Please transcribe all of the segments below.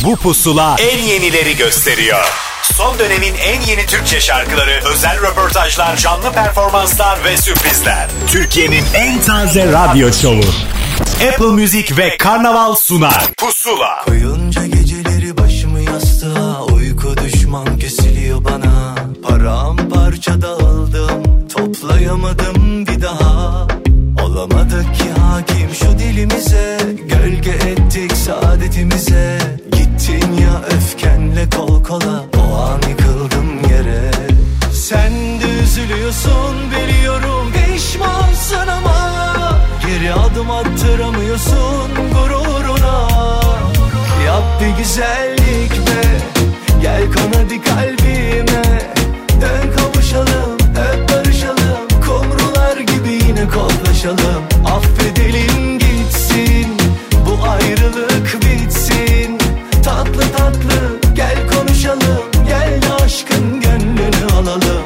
Bu pusula en yenileri gösteriyor. Son dönemin en yeni Türkçe şarkıları, özel röportajlar, canlı performanslar ve sürprizler. Türkiye'nin en taze radyo şovu. Apple Music ve Karnaval sunar. Pusula. Koyunca geceleri başımı yastığa, uyku düşman kesiliyor bana. Paramparça dağıldım, toplayamadım bir daha. Olamadık ki hakim şu dilimize, gölge ettik saadetimize. Gittin ya öfkenle kol kola, o an yıkıldım yere. Sen de üzülüyorsun biliyorum, pişmansın ama geri adım attıramıyorsun gururuna. Yap bir güzellik be, gel kon hadi kalbime. Dön kavuşalım, öp barışalım, kumrular gibi yine koklaşalım. Affedelim gitsin, bu ayrılık bitsin. Tatlı tatlı gel konuşalım, gel aşkın gönlünü alalım.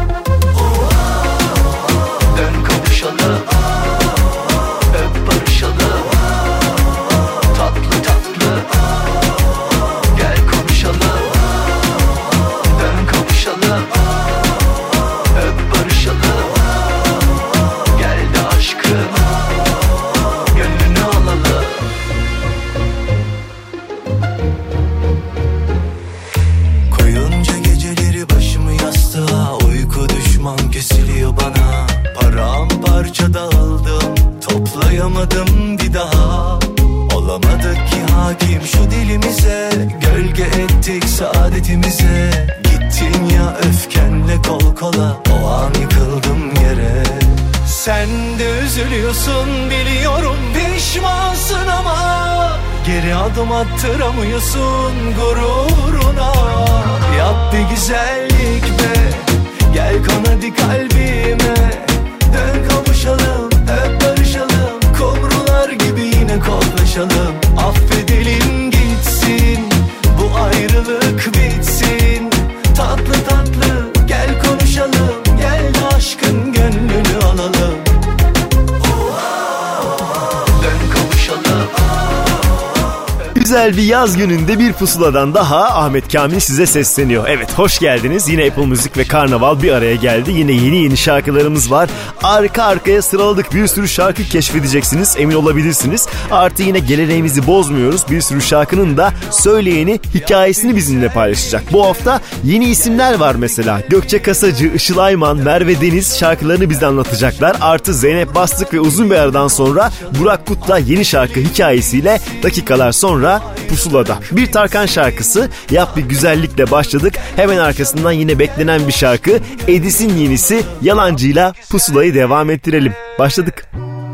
Dön kavuşalım, öp barışalım. Tatlı tatlı gel konuşalım. Dön kavuşalım, öp barışalım. Gel de aşkın gönlünü alalım. Koyunca geceleri başımı yastığa, uyku düşman kesiliyor bana. Paramparça dağıldım, toplayamadım bir daha. Olamadık ki hakim şu dilimize, gölge ettik saadetimize. Gittin ya öfkenle kol kola, o an yıkıldım yere. Sen de üzülüyorsun biliyorum, pişmansın ama geri adım attıramıyorsun gururuna. Yap bir güzellik be, gel kon hadi kalbime. Dön kavuşalım, öp barışalım, kumrular gibi yine koklaşalım. Affedelim gitsin, bu ayrılık bitsin. Tatlı tatlı gel konuşalım, gel de aşkın gönlünü alalım. Dön kavuşalım. Güzel bir yaz gününde bir pusuladan daha Ahmet Kamil size sesleniyor. Evet, hoş geldiniz. Yine Apple Music ve Karnaval bir araya geldi. Yine yeni şarkılarımız var. Arka arkaya sıraladık, bir sürü şarkı keşfedeceksiniz, emin olabilirsiniz. Artı yine geleneğimizi bozmuyoruz. Bir sürü şarkının da söyleyeni, hikayesini bizimle paylaşacak. Bu hafta yeni isimler var mesela. Gökçe Kasacı, Işıl Ayman, Merve Deniz şarkılarını bize anlatacaklar. Artı Zeynep Bastık ve uzun bir aradan sonra Burak Kut'la yeni şarkı hikayesiyle dakikalar sonra Pusula'da. Bir Tarkan şarkısı, Yap Bir Güzellikle başladık. Hemen arkasından yine beklenen bir şarkı, Edis'in yenisi Yalancı'yla Pusula'yı devam ettirelim. Başladık.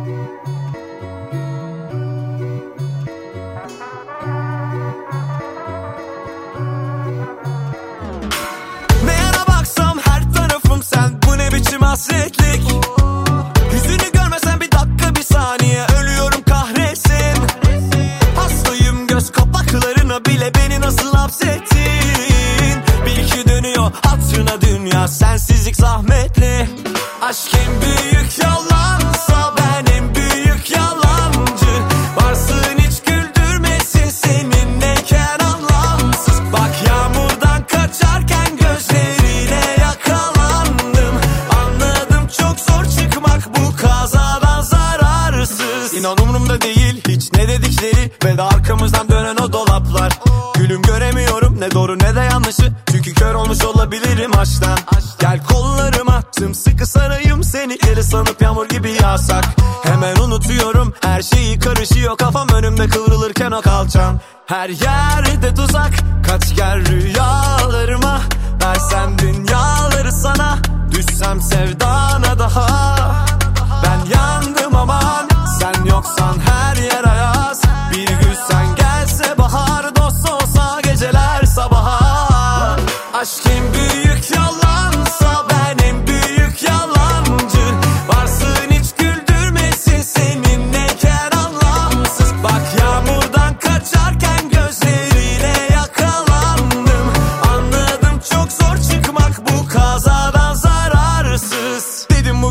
Neyine baksam her tarafım sen, bu ne biçim hasretlik. Yüzünü görmesen bir dakika bir saniye, ölüyorum kahretsin. Hastayım göz kapaklarına bile, beni nasıl hapsettin. Bil ki dönüyor hatırına dünya, sensizlik zahmetli. Aşk en büyük yalansa ben en büyük yalancı. Varsın hiç güldürmesin seninleyken anlamsız. Bak yağmurdan kaçarken gözlerine yakalandım. Anladım çok zor çıkmak bu kazadan zararsız. İnan umurumda değil hiç ne dedikleri ve de arkamızdan dönen o dolaplar. Gülüm göremiyorum ne doğru ne de yanlışı, çünkü kör olmuş olabilirim aşktan. Gel kollarıma sımsıkı sarayım seni, geri sanıp yağmur gibi yağsak. Hemen unutuyorum her şeyi, karışıyor kafam önümde kıvrılırken o kalçan. Her yerde tuzak, kaç gel rüyalarıma. Versem dünyaları sana, düşsem sevdana daha. Ben yandım aman, sen yoksan her yer ayaz. Bir gün sen gelse bahar, dost olsa geceler sabaha. Aşk en büyük yalansa ben en büyük yalancı. Varsın hiç güldürmesin seninleyken anlamsız. Bak yağmurdan kaçarken gözlerine yakalandım. Anladım çok zor çıkmak bu kazadan zararsız. Dedim bu güzellik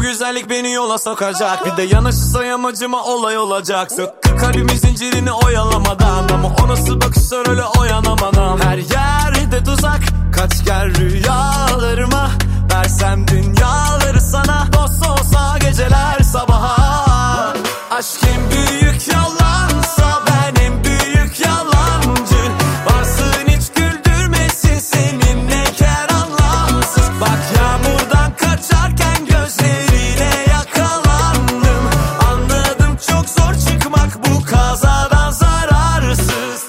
romantik beni yola sokacak. Bir de yanaşırsa yamacıma olay olacak. Sıkkı kalbimin zincirini oyalamadan, ama o nasıl bakışlar öyle oyanamadan. Her yerde tuzak, kaç gel rüyalarıma. Versem dünyaları sana, dost olsa geceler sabaha. Aşk en büyük yalansa ben en büyük yalancı. Varsın hiç güldürmesin seninle ker anlamsız. Bak yağmurdan kaçarken gözlerine yakalandım. Anladım çok zor çıkmak bu kazadan zararsız.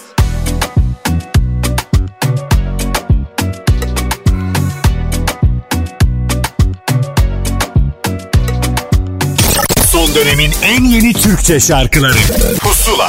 Son dönemin en yeni Türkçe şarkıları Pusula.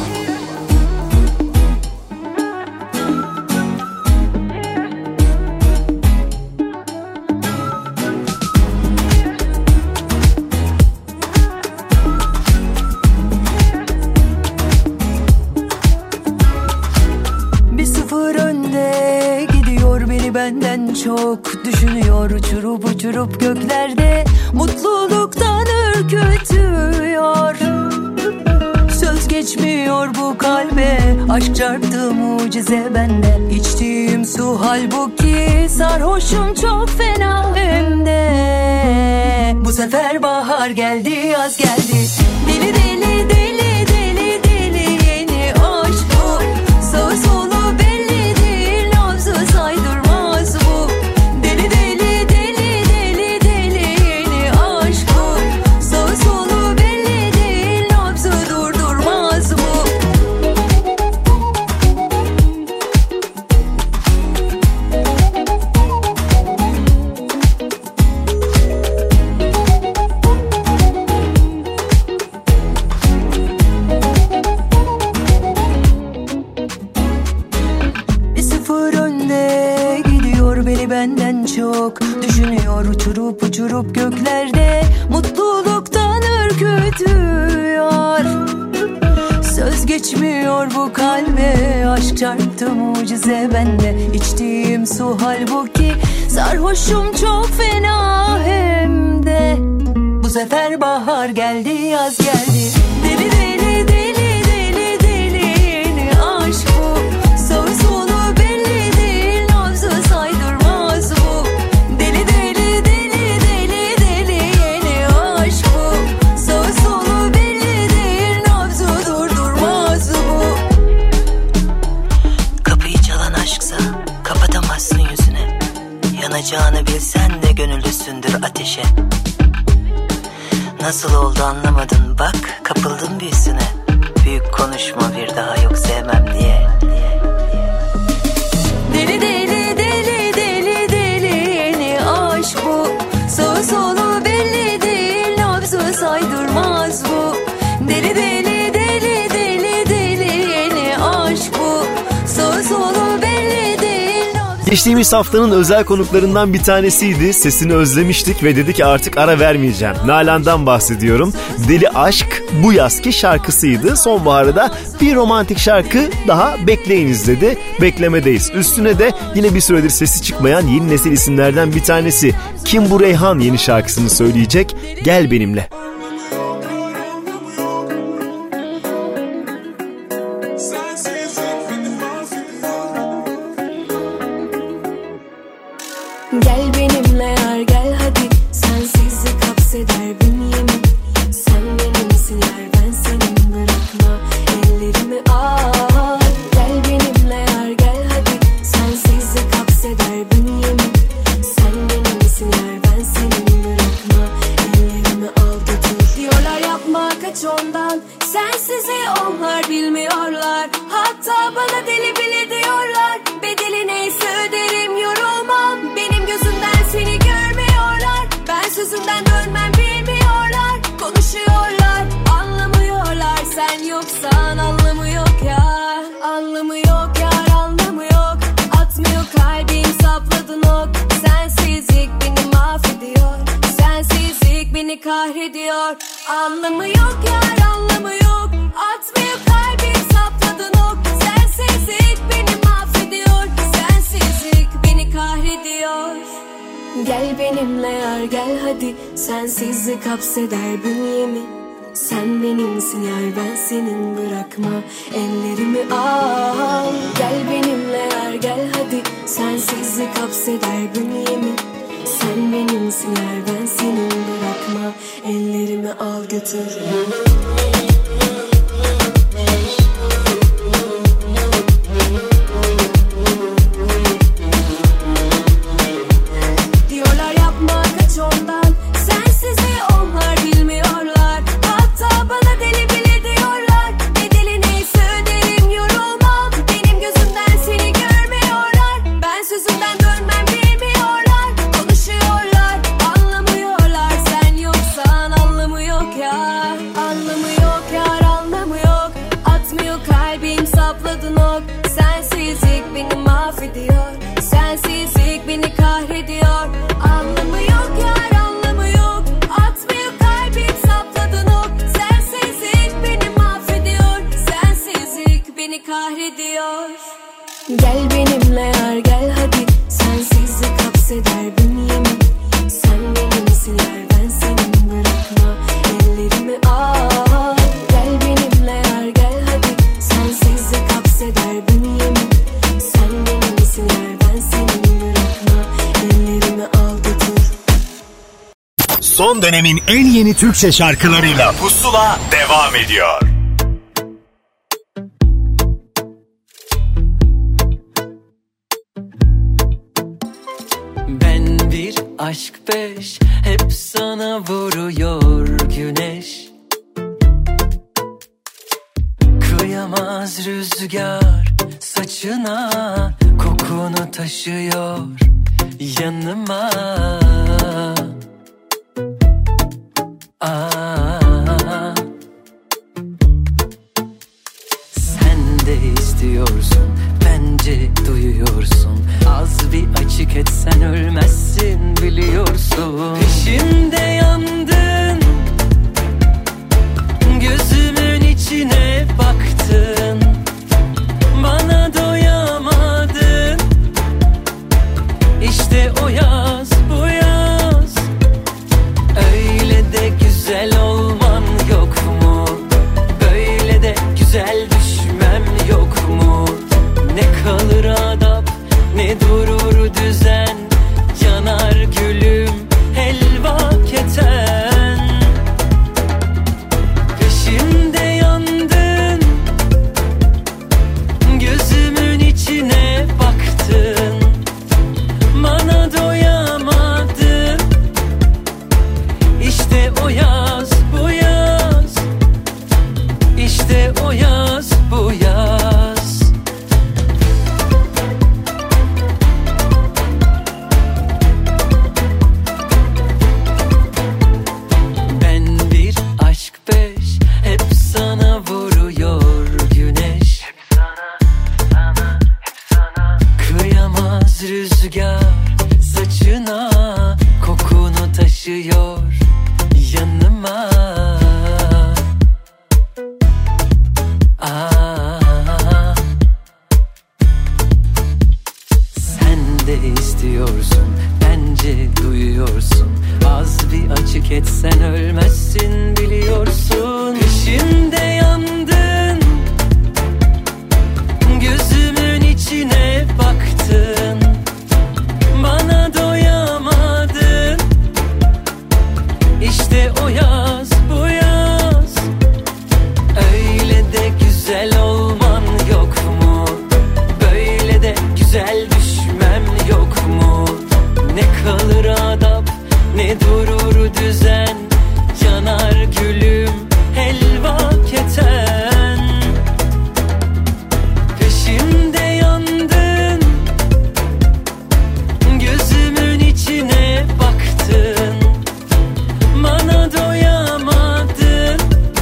Bir sıfır önde gidiyor, beni benden çok düşünüyor. Uçurup uçurup göklerde mutluluktan ürkütüyor. Söz geçmiyor bu kalbe, aşk çarptı mucize bende. İçtiğim su halbuki sarhoşum çok fena hem de. Bu sefer bahar geldi, yaz geldi. Deli deli deli deli deli yeni aşk bu. Sağı solu belli değil, nabzı saydırmaz bu. Deli deli deli deli deli yeni aşk bu. Sağı solu belli değil, nabzı durdurmaz bu. Benden çok düşünüyor, uçurup uçurup göklerde mutluluktan ürkütüyor. Söz geçmiyor bu kalbe, aşk çarptı mucize bende. İçtiğim su halbuki sarhoşum çok fena hem de. Bu sefer bahar geldi, yaz geldi. Deli deli deli deli deli yeni aşk bu. Sağı solu belli değil, nabzı saydırmaz bu. Deli deli deli deli deli yeni aşk bu. Sağı solu belli değil, nabzı durdurmaz bu. Kapıyı çalan aşksa kapatamazsın yüzüne. Yanacağını bilsen de gönüllüsündür ateşe. Nasıl oldu anlamadın bak, kapıldım büyüsüne. Büyük konuşma bir daha, yok sevmem diye. Deli deli deli deli deli yeni aşk bu. Sağı solu belli değil, nabzı saydırmaz bu. Deli deli deli deli deli yeni aşk bu. Sağı solu belli değil, nabzı... Geçtiğimiz haftanın özel konuklarından bir tanesiydi. Sesini özlemiştik ve dedi ki artık ara vermeyeceğim. Nalan'dan bahsediyorum. Deli Aşk bu yazki şarkısıydı. Sonbaharda da bir romantik şarkı daha bekleyiniz dedi. Beklemedeyiz. Üstüne de yine bir süredir sesi çıkmayan yeni nesil isimlerden bir tanesi Kim Bu Reyhan yeni şarkısını söyleyecek. Gel benimle. Gel benimle yar gel hadi, sensizlik hapseder bünyemi. Sen benimsin yar ben senin, bırakma ellerimi al. Gel benimle yar gel hadi, sensizlik hapseder bünyemi. Sen benimsin yar ben senin, bırakma ellerimi al götür. Diyorlar yapma kaç ondan, sensizi onlar bilmiyorlar. Hatta bana deli bile diyorlar, bedeli neyse öderim yorulmam. Benim gözümden seni görmüyorlar, ben sözümden dönmem bilmiyorlar. Konuşuyorlar anlamıyorlar, sen yoksan anlamı yok ya. Anlamı yok yar, anlamı yok. Atmıyor kalbim, sapladın ok. Sensizlik beni mahvediyor, sensizlik beni kahrediyor. Anlamı yok yar, anlamı yok. Atmıyor kalbim, sapladın ok. Sensizlik beni mahvediyor, sensizlik beni kahrediyor. Gel benimle benimle yar gel hadi, sensizlik hapseder bünyemi. Sen benimsin yar ben senin, bırakma ellerimi al. Gel benimle yar gel hadi, sensizlik hapseder bünyemi. Sen benimsin yar ben senin, bırakma ellerimi al götür. Diyorlar yapma kaç ondan, sensizi onlar bilmiyorlar. Hatta bana deli bile diyorlar, bedeli neyse öderim yorulmam. Benim gözümden seni görmüyorlar, ben sözümden dönmem bilmiyorlar. Konuşuyorlar anlamıyorlar, sen yoksan anlamı yok ya. Anlamı yok yar, anlamı yok. Atmıyor kalbim sapladın ok. Sensizlik beni mahvediyor, sensizlik beni kahrediyor. Anlamı yok yar, anlamı yok. Atmıyor kalbim sapladın ok. Sensizlik beni mahvediyor, sensizlik beni kahrediyor. Gel benimle yar gel hadi, sensizlik hapseder bünyemi. Sen benimsin yar ben senin, bırakma ellerimi al. Gel benimle yar gel hadi, sensizlik hapseder bünyemi. Sen benimsin yar ben senin, bırakma ellerimi al götür. Son dönemin en yeni Türkçe şarkılarıyla Pusula devam ediyor. Ben bir aşk peş, hep sana vuruyor güneş. Kıyamaz rüzgar saçına, kokunu taşıyor yanıma. Sen de istiyorsun, bence duyuyorsun. Az bir açık etsen ölmezsin biliyorsun. Peşimde yandın, gözümün içine baktın. Bana doyamadın, İşte o yaz bu yaz. Öyle de güzel olman yok mu? Böyle de güzel düşmem yok mu? Ne kalır adap, ne durur düzen. Yanar gülüm helva keten. Peşimde yandın, gözümün içine baktın. Bana doyamadın, İşte o yaz bu yaz. İşte o yaz bu yaz. Ben bir aşk peş, hep sana vuruyor güneş. Kıyamaz rüzgar saçına, kokunu taşıyor yanıma. Sen de istiyorsun, bence duyuyorsun. Az bir açık etsen ölmezsin biliyorsun. Peşimde yandın, gözümün içine baktın. Bana doyamadın, İşte o yaz bu yaz. Öyle de güzel olman yok mu? Böyle de güzel düşmem yok mu? Ne kalır adap, ne durur düzen. Yanar gülüm helva keten. Peşimde yandın, gözümün içine baktın. Bana doyamadın,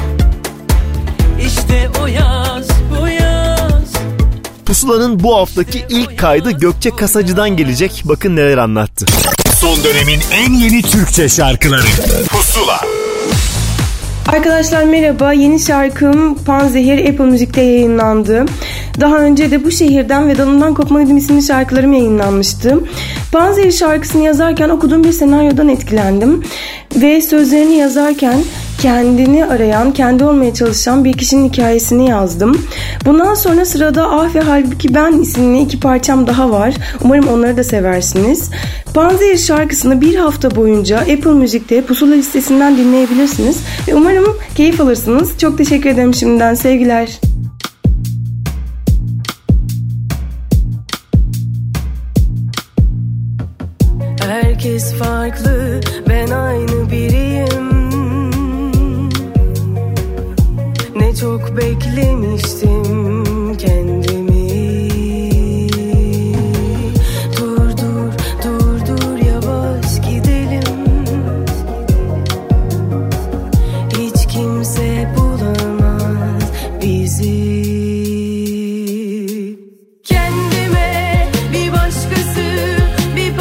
İşte o yaz bu yaz. Pusula'nın bu haftaki ilk kaydı Gökçe Kasacı'dan gelecek. Bakın neler anlattı. Son dönemin en yeni Türkçe şarkıları Pusula. Arkadaşlar merhaba, yeni şarkım Panzehir Apple Müzik'te yayınlandı. Daha önce de Bu Şehirden ve Dalından Kopmalıydım isimli şarkılarım yayınlanmıştı. Panzehir şarkısını yazarken okuduğum bir senaryodan etkilendim. Ve sözlerini yazarken kendini arayan, kendi olmaya çalışan bir kişinin hikayesini yazdım. Bundan sonra sırada Ah ve Halbuki Ben isimli 2 parçam daha var. Umarım onları da seversiniz. Panzehir şarkısını bir hafta boyunca Apple Müzik'te Pusula listesinden dinleyebilirsiniz. Ve umarım keyif alırsınız. Çok teşekkür ederim şimdiden. Sevgiler. Herkes farklı, ben aynı biriyim. Ne çok beklemiştim kendimi. Dur yavaş gidelim. Hiç kimse bulamaz bizi. Kendime bir başkası, bir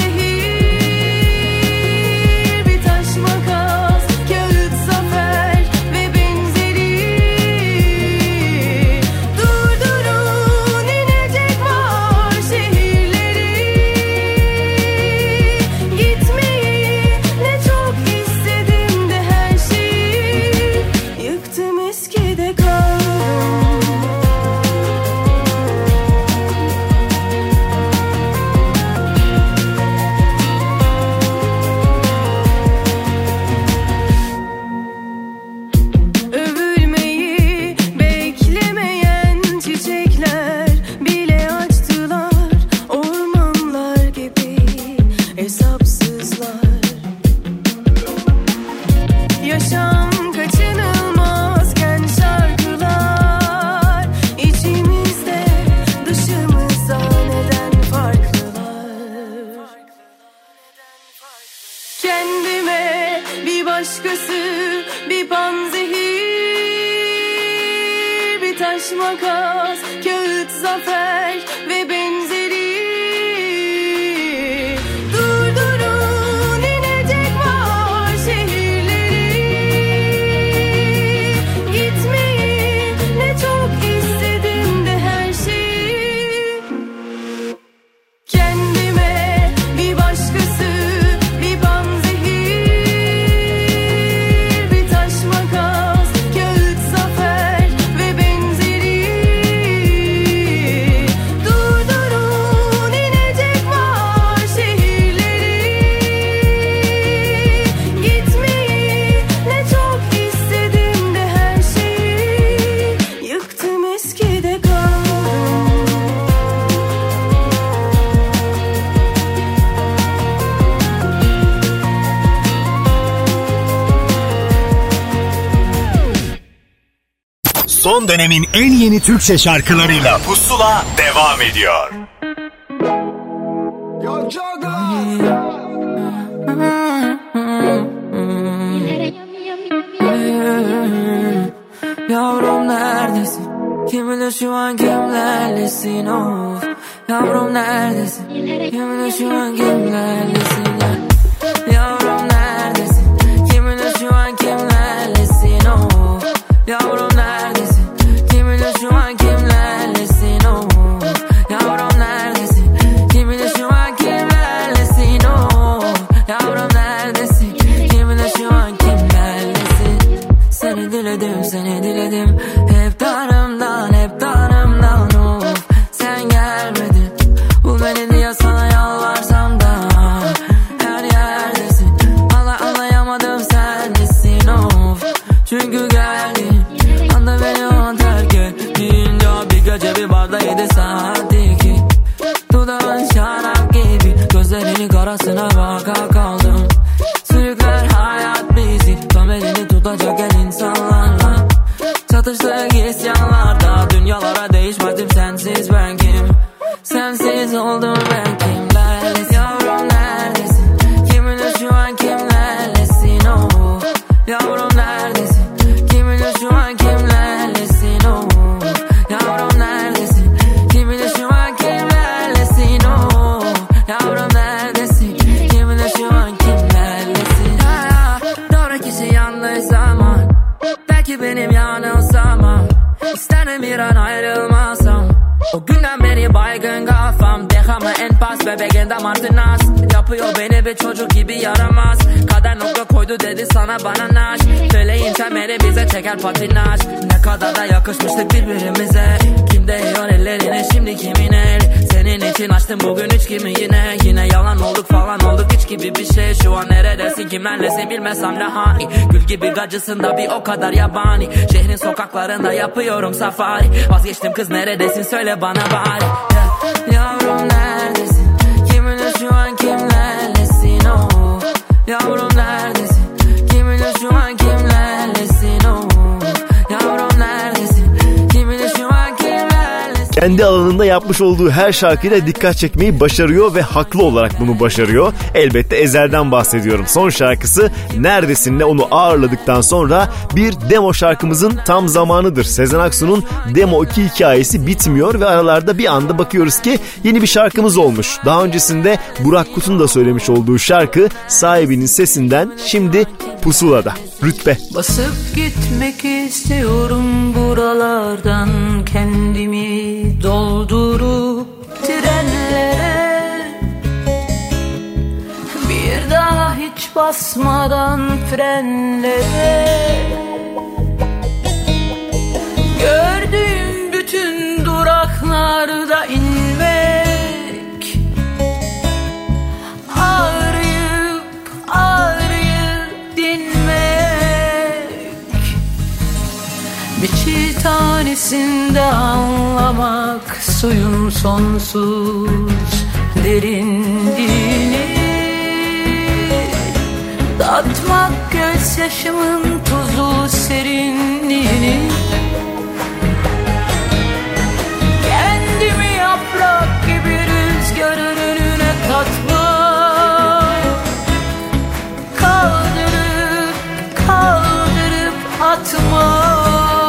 panzehir, bir taş makas, kağıt zafer ve benzeri. Durdurun, inecek var şehirleri. Gitmeyi ne çok istedim de her şeyi yıktım, eskide kaldım. Övülmeyi beklemeyen çiçekler bile açtılar, ormanlar gibi hesapsızlar. Yaşam kaçınılmazken şarkılar içimizde, dışımızda neden farklılar? Kendime bir başkası, bir panzehir, bir taş makas, kağıt zafer ve benzeri. Durdurun, inecek var şehirleri. Gitmeyi ne çok istedim de her şeyi. Kendime bir başkası, bir panzehir, bir taş makas, kağıt zafer ve benzeri. Durdurun, inecek var şehirleri. Gitmeyi ne çok istedim de her şeyi yıktım, eskide kaldım. Son dönemin en yeni Türkçe şarkılarıyla Pusula devam ediyor. Yavrum neredesin? Kim bilir şu an kimlerlesin, of. Yavrum neredesin? Kim bilir şu an kimlerlesin, yavrum neredesin? Kim bilir şu an kimlerlesin, of. Yavrum neredesin? Kim bilir şu an kimlerlesin, of. Yavrum neredesin? Kim bilir şu an kimlerlesin, of. Yavrum neredesin? Kim bilir şu an kimlerlesin? Seni diledim hep tanrımdan of. Sen gelmedin, bu beni diye sana yalvarsam da her yerdesin. Sürekli baygın kafam, dehamı en pas, bebeğin damartı nas. Yapıyor beni bir çocuk gibi yaramaz. Kader nokta koydu dedi sana bana naş. Feleğin çemberi bize çeker patinaj. Ne kadar da yakışmıştık birbirimize. Kim değiyor ellerine şimdi kimin el? Senin için açtım bugün hiç kimi yine. Yine yalan olduk falan olduk hiç gibi bir şey. Şu an neredesin kimlerlesin bilmesem de hani. Gül gibi gacısın da bir o kadar yabani. Şehrin sokaklarında yapıyorum safari. Vazgeçtim kız neredesin söyle bana bari. Yavrum neredesin? Kiminle şu an kimlerlesin oh. Yavrum neredesin? Kiminle şu an kimlerlesin oh. Yavrum neredesin? Kiminle şu an kimlerlesin? Kendi alanında yapmış olduğu her şarkıyla dikkat çekmeyi başarıyor ve haklı olarak bunu başarıyor. Elbette Ezel'den bahsediyorum. Son şarkısı Neredesin'le onu ağırladıktan sonra bir demo şarkımızın tam zamanıdır. Sezen Aksu'nun Demo 2 hikayesi bitmiyor ve aralarda bir anda bakıyoruz ki yeni bir şarkımız olmuş. Daha öncesinde Burak Kut'un da söylemiş olduğu şarkı Sahibinin Sesinden, şimdi Pusula'da. Rütbe. Basıp gitmek istiyorum buralardan, kendimi doldurup trenlere, bir daha hiç basmadan frenlere. Gördüğüm bütün duraklarda inmek, arayıp arayıp dinmek, bir çiğ tanesinde anlamak suyun sonsuz derinliğini, tatmak gözyaşımın tuzlu serinliğini, kendimi yaprak gibi rüzgarın önüne katmak, kaldırıp kaldırıp atmak.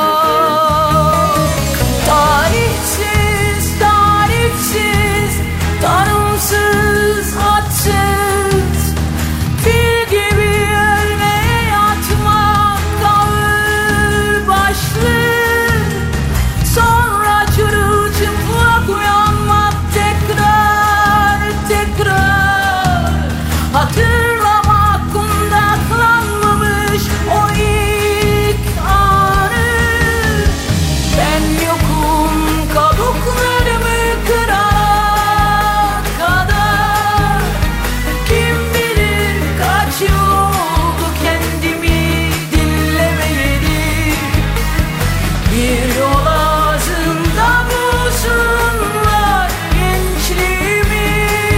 Tarihsiz, tarifsiz, tanımsız, adsız, fil gibi ölmeye yatmak, ağır başlı, sonra çırılçıplak uyanmak, tekrar tekrar hatırlamak, kundaklanmamış o ilk anı. Ben yokum kabuklarımı kırana kadar, kim bilir kaç yıl oldu kendimi dinlemeyeli. Bir yol ağzında bulsunlar gençliğimi,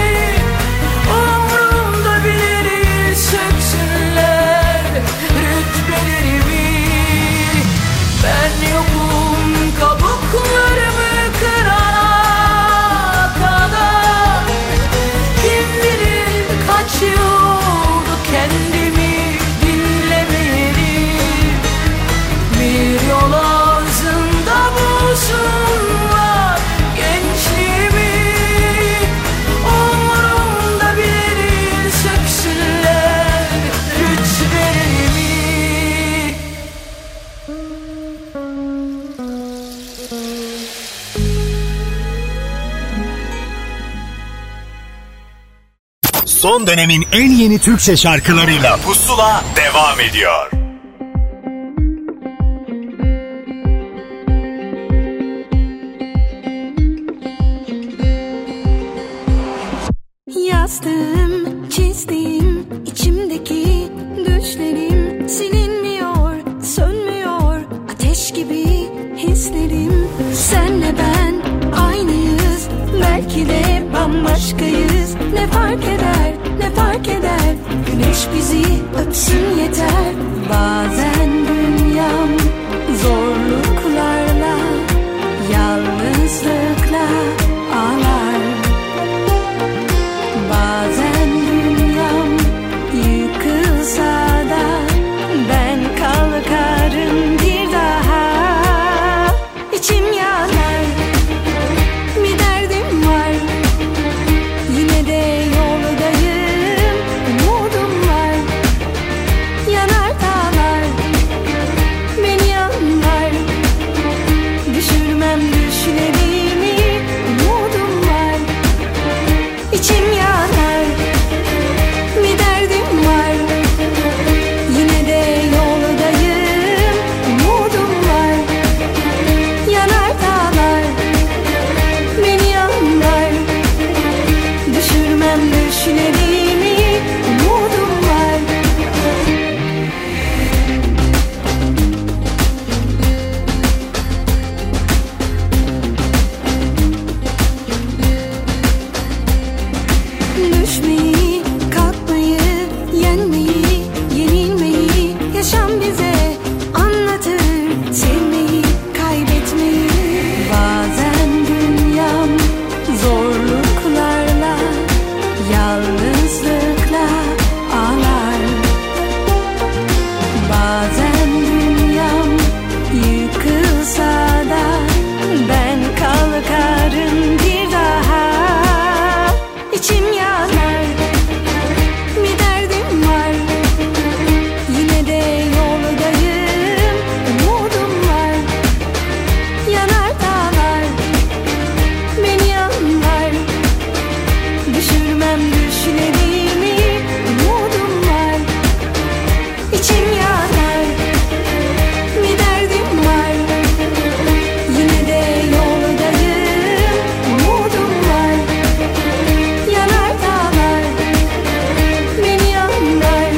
umrumda bile değil söksünler rütbelerimi. Ben yokum kabuklarımı kırana kadar, kim bilir kaç yıl oldu kendimi dinlemeyeli. Bir yol ağzında bulsunlar gençliğimi, umurumda bile değil söksünler rütbelerimi. Son dönemin en yeni Türkçe şarkılarıyla Pusula devam ediyor. Yazdım, çizdim, içimdeki düşlerim silinmiyor, sönmüyor, ateş gibi hislerim. Senle ben aynıyız, belki de bambaşkayız. Ne fark eder, ne fark eder, güneş bizi öpsün yeter. Bazen dünyam zorluklarla, yalnızlıkla ağlar. Bazen dünyam yıkılsa da ben kalkarım bir daha. İçim yanar, bir derdim var, yine de yoldayım, umudum var. Yanar dağlar, beni yanlar, düşürmem düşlerimi. Düşmeyi, kalkmayı, yenmeyi, yenilmeyi yaşam bize anlatır. Sevmeyi, kaybetmeyi. Bazen dünyam zorluklarla, yalnızlıkla ağlar. Bazen dünyam yıkılsa da ben kalkarım bir daha. İçim yanar, bir derdim var, yine de yoldayım. Umudum var, yanar dağlar, beni anlar. Düşürmem düşlerimi, umudum var. İçim yanar, bir derdim var, yine de yoldayım. Umudum var, yanar dağlar, beni anlar.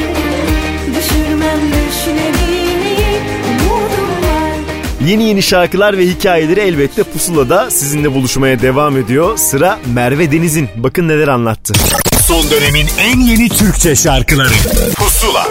Düşürmem düşlerimi, umudum var. Yeni şarkılar ve hikayeleri elbette Pusula'da sizinle buluşmaya devam ediyor. Sıra Merve Deniz'in. Bakın neler anlattı. Son dönemin en yeni Türkçe şarkıları Pusula.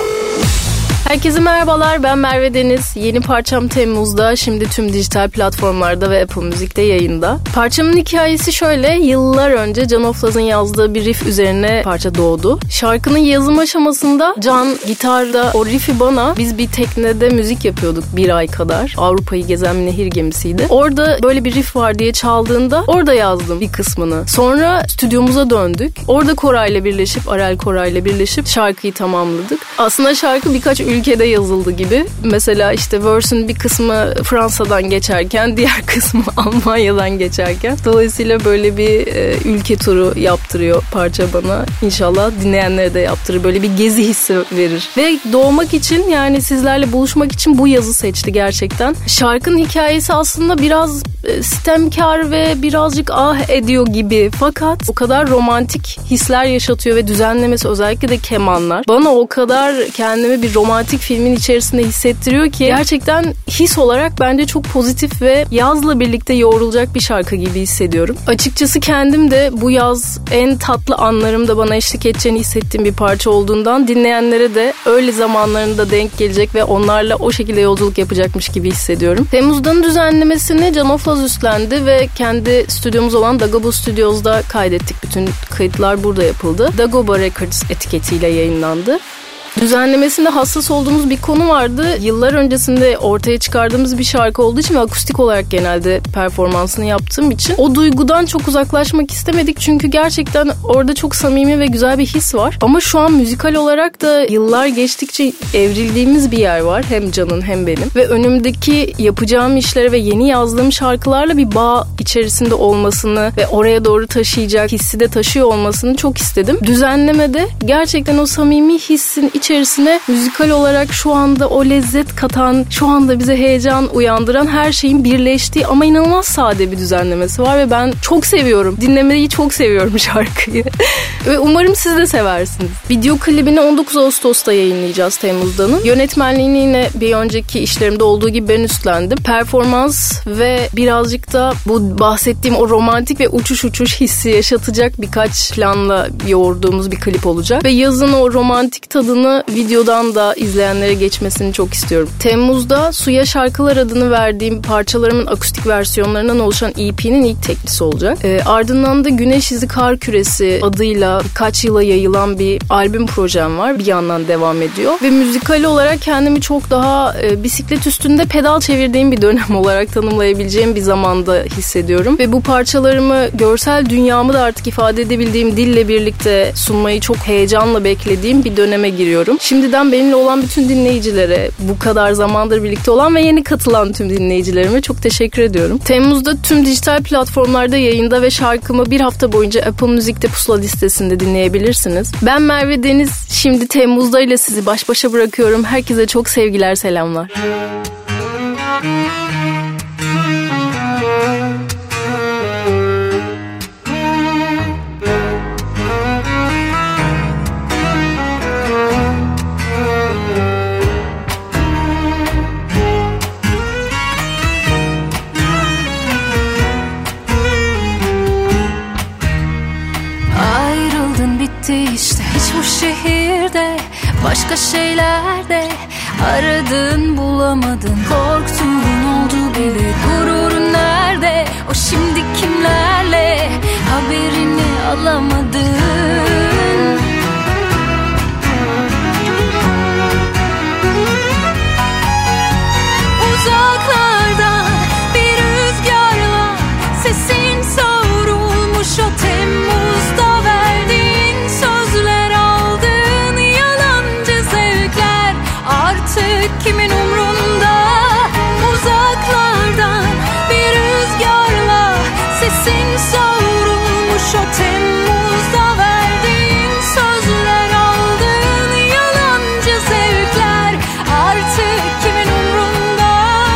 Herkese merhabalar, ben Merve Deniz. Yeni parçam Temmuz'da, şimdi tüm dijital platformlarda ve Apple Music'te yayında. Parçamın hikayesi şöyle: yıllar önce Can Oflaz'ın yazdığı bir riff üzerine parça doğdu. Şarkının yazım aşamasında Can gitarda o riffi bana, biz bir teknede müzik yapıyorduk bir ay kadar. Avrupa'yı gezen bir nehir gemisiydi. Orada böyle bir riff var diye çaldığında orada yazdım bir kısmını. Sonra stüdyomuza döndük. Orada Koray'la birleşip, Arel Koray'la birleşip şarkıyı tamamladık. Aslında şarkı birkaç ülkede yazıldı gibi. Mesela işte verse'ün bir kısmı Fransa'dan geçerken, diğer kısmı Almanya'dan geçerken. Dolayısıyla böyle bir ülke turu yaptırıyor parça bana. İnşallah dinleyenlere de yaptırır. Böyle bir gezi hissi verir. Ve doğmak için, yani sizlerle buluşmak için bu yazı seçti gerçekten. Şarkının hikayesi aslında biraz sitemkar ve birazcık ah ediyor gibi. Fakat o kadar romantik hisler yaşatıyor ve düzenlemesi, özellikle de kemanlar, bana o kadar kendimi bir romantik filmin içerisinde hissettiriyor ki gerçekten his olarak bence çok pozitif ve yazla birlikte yoğrulacak bir şarkı gibi hissediyorum. Açıkçası kendim de bu yaz en tatlı anlarımda bana eşlik edeceğini hissettiğim bir parça olduğundan dinleyenlere de öyle zamanlarında denk gelecek ve onlarla o şekilde yolculuk yapacakmış gibi hissediyorum. Temmuz'dan düzenlemesini Can Oflaz üstlendi ve kendi stüdyomuz olan Dagoba Studios'da kaydettik. Bütün kayıtlar burada yapıldı. Dagoba Records etiketiyle yayınlandı. Düzenlemesinde hassas olduğumuz bir konu vardı. Yıllar öncesinde ortaya çıkardığımız bir şarkı olduğu için ve akustik olarak genelde performansını yaptığım için o duygudan çok uzaklaşmak istemedik. Çünkü gerçekten orada çok samimi ve güzel bir his var. Ama şu an müzikal olarak da yıllar geçtikçe evrildiğimiz bir yer var. Hem Can'ın hem benim. Ve önümdeki yapacağım işlere ve yeni yazdığım şarkılarla bir bağ içerisinde olmasını ve oraya doğru taşıyacak hissi de taşıyor olmasını çok istedim. Düzenlemede gerçekten o samimi hissin içerisine müzikal olarak şu anda o lezzet katan, şu anda bize heyecan uyandıran her şeyin birleştiği ama inanılmaz sade bir düzenlemesi var ve ben çok seviyorum. Dinlemeyi çok seviyorum şarkıyı. Ve umarım siz de seversiniz. Video klibini 19 Ağustos'ta yayınlayacağız Temmuz'danın. Yönetmenliğini yine bir önceki işlerimde olduğu gibi ben üstlendim. Performans ve birazcık da bu bahsettiğim o romantik ve uçuş hissi yaşatacak birkaç planla yoğurduğumuz bir klip olacak. Ve yazın o romantik tadını videodan da izleyenlere geçmesini çok istiyorum. Temmuz'da Suya Şarkılar adını verdiğim parçalarımın akustik versiyonlarından oluşan EP'nin ilk teklisi olacak. Ardından da Güneş İzi Kar Küresi adıyla birkaç yıla yayılan bir albüm projem var. Bir yandan devam ediyor. Ve müzikal olarak kendimi çok daha bisiklet üstünde pedal çevirdiğim bir dönem olarak tanımlayabileceğim bir zamanda hissediyorum. Ve bu parçalarımı, görsel dünyamı da artık ifade edebildiğim dille birlikte sunmayı çok heyecanla beklediğim bir döneme giriyorum. Şimdiden benimle olan bütün dinleyicilere, bu kadar zamandır birlikte olan ve yeni katılan tüm dinleyicilerime çok teşekkür ediyorum. Temmuz'da tüm dijital platformlarda yayında ve şarkımı bir hafta boyunca Apple Music'te Pusula listesinde dinleyebilirsiniz. Ben Merve Deniz, şimdi Temmuz'da ile sizi baş başa bırakıyorum. Herkese çok sevgiler, selamlar. Ayrılık bitti işte. Hiç bu şehirde, başka şeylerde aradın bulamadın. Korktuğun oldu bile. Gururun nerede? O şimdi kimlerle? Haberini alamadın. Uzaklardan bir rüzgarla sesin savrulmuş. O Temmuz'da verdiğin sözler, aldığın yalancı zevkler artık kimin umrunda? Uzaklardan bir rüzgarla sesin savrulmuş. O Temmuz'da verdiğin sözler, aldığın yalancı zevkler artık kimin umrunda?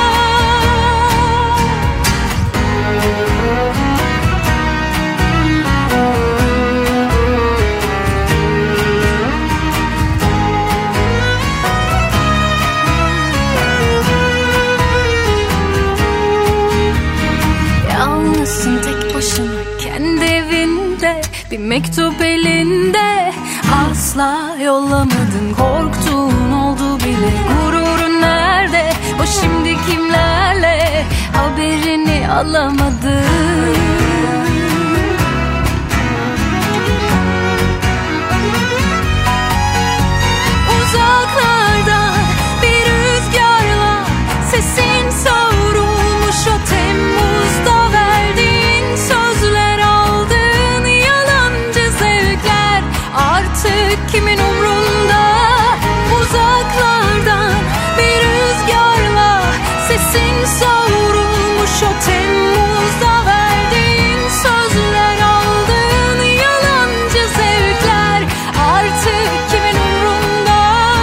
Yalnızsın tek başına kendi evinde, bir mektup elinde, asla yollamadın. Korktuğun oldu bile. Gururun nerede? O şimdi kimlerle? Haberini alamadın. Uzaklardan bir rüzgarla sesin savrulmuş. O Temmuz'da verdiğin sözler, aldığın yalancı zevkler artık kimin umrunda? Uzaklardan bir rüzgarla sesin savrulmuş. O Temmuz'da verdiğin sözler, aldığın yalancı zevkler artık kimin umrunda?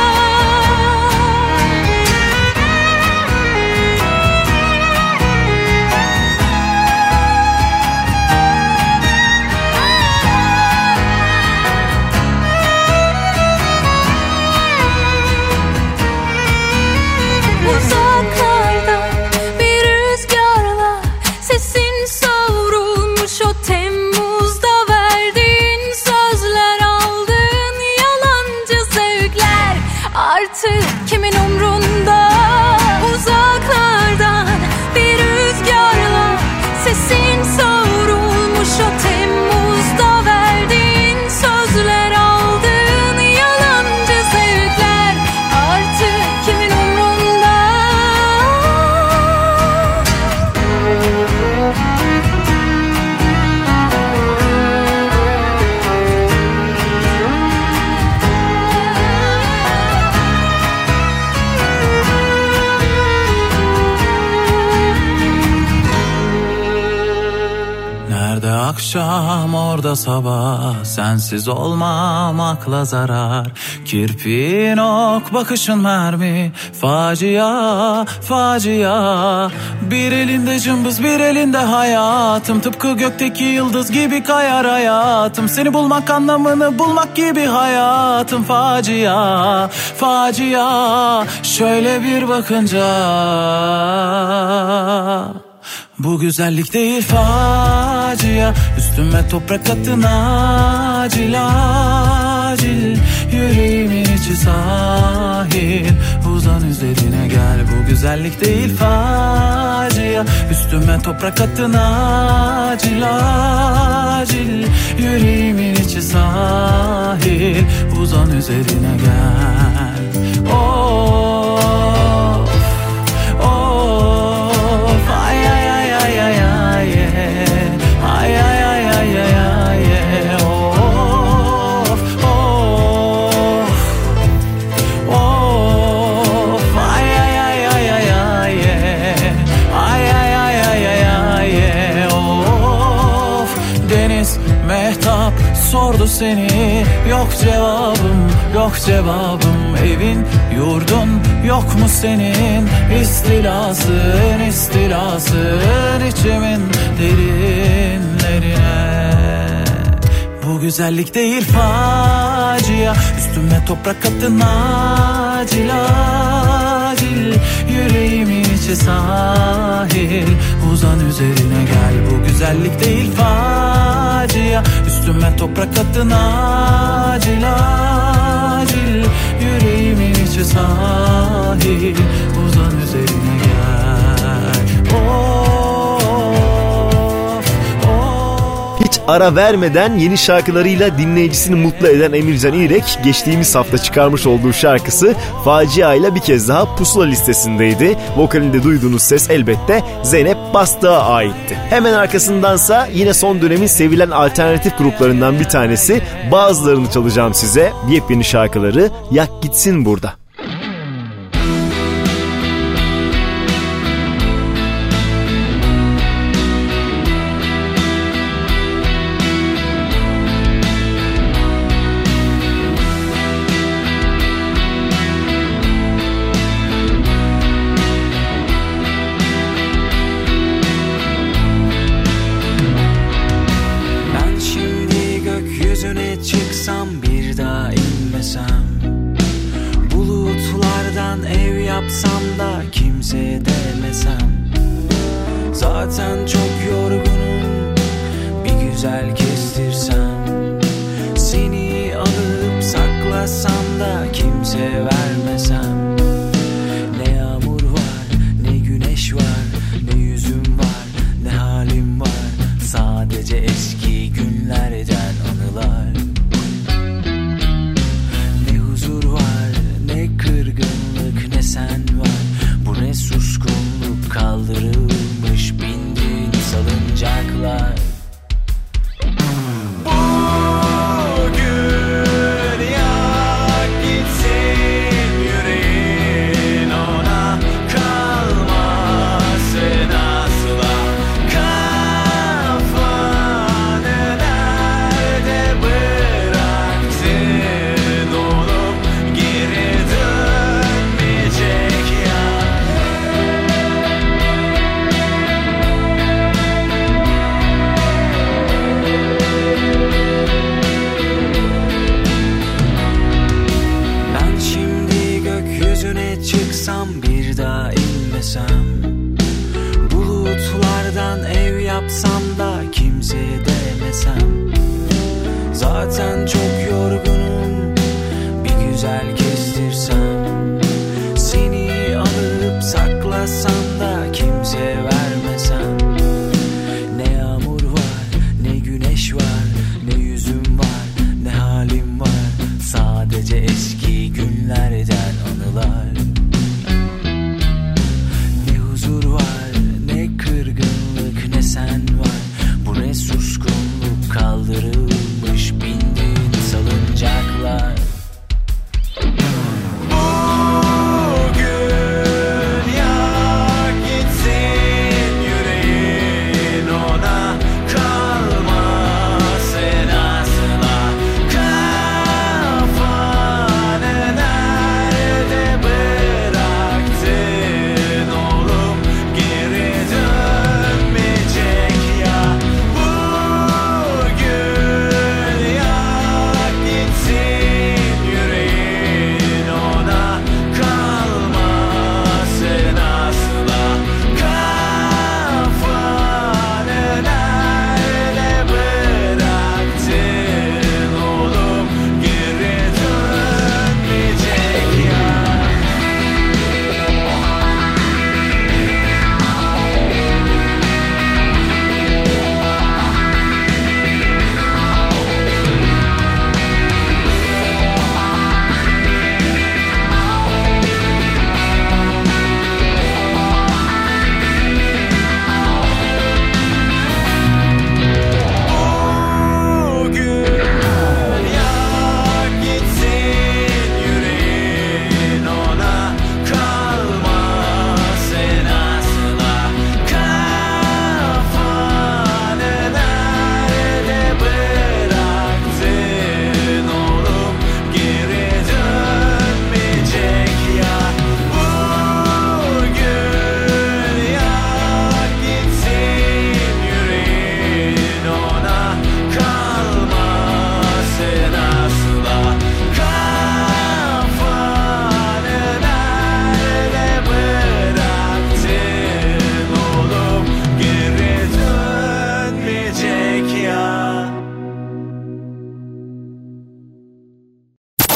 Uzaklardan bir rüzgarla sesin savrulmuş. O Temmuz'da verdiğin sözler, aldığın yalancı zevkler artık kimin umrunda? Uzaklardan bir rüzgarla sesin savrulmuş. O Temmuz'da verdiğin sözler, aldığın yalancı zevkler artık kimin umrunda? Nerede akşam orada sabah, sensiz olmam akla zarar. Kirpiğin ok, bakışın mermi, facia, facia. Bir elinde cımbız, bir elinde hayatım, tıpkı gökteki yıldız gibi kayar hayatım. Seni bulmak anlamını bulmak gibi hayatım, facia, facia. Şöyle bir bakınca bu güzellik değil facia. Üstüme toprak atın acil acil. Yüreğimin içi sahil, uzan üzerine gel. Bu güzellik değil facia. Üstüme toprak atın acil acil. Yüreğimin içi sahil, uzan üzerine gel. Of, of, ay ay ay ay ay ay, ay ay ay ay ay ay, of, of, of, ay ay ay ay ay ay, ay ay ay ay ay ay, of. Deniz mehtap sordu seni, yok cevabım, yok cevabım. Evin yurdun yok mu senin? İstilasın, istilasın içimin derinlerine. Bu güzellik değil facia. Üstüme toprak atın acil acil. Yüreğimin içi sahil, uzan üzerine gel. Bu güzellik değil facia. Üstüme Üstüme toprak attın acil acil. Yüreğimin içi sahil, uzan üzerine gel. Hiç ara vermeden yeni şarkılarıyla dinleyicisini mutlu eden Emircan İrek geçtiğimiz hafta çıkarmış olduğu şarkısı Facia ile bir kez daha Pusula listesindeydi. Vokalinde duyduğunuz ses elbette Zeynep Bastık'a aitti. Hemen arkasındansa yine son dönemin sevilen alternatif gruplarından bir tanesi, bazılarını çalacağım size. Yepyeni şarkıları Yak Gitsin burada. Zaten çok yorgunum, bir güzel kestirsem. Seni alıp saklasam da kimse vermesem. Ne yağmur var, ne güneş var, ne yüzüm var, ne halim var. Sadece eski günlerden anılar. Ne huzur var, ne kırgınlık, ne sen var. Bu ne suskunluk, kaldırılmış bindiğin salıncaklar. Bugün yak gitsin yüreğin, ona kalmasın asla. Kafanı nerede bıraktın oğlum, geri dönmeyecek ya. Ben şimdi gökyüzüne çıksam, bir daha inmesem. Bulutlardan ev yapsam da kimse demesem. Zaten çok yorgunum, bir güzel kestirsem. Seni alıp saklasam da kimse vermesem. Ne yağmur var, ne güneş var, ne yüzüm var, ne halim var. Sadece eski günlerden anılar. Ne huzur var, ne kırgınlık, ne sen var. Bu ne suskunluk, kaldırılmış bindiğin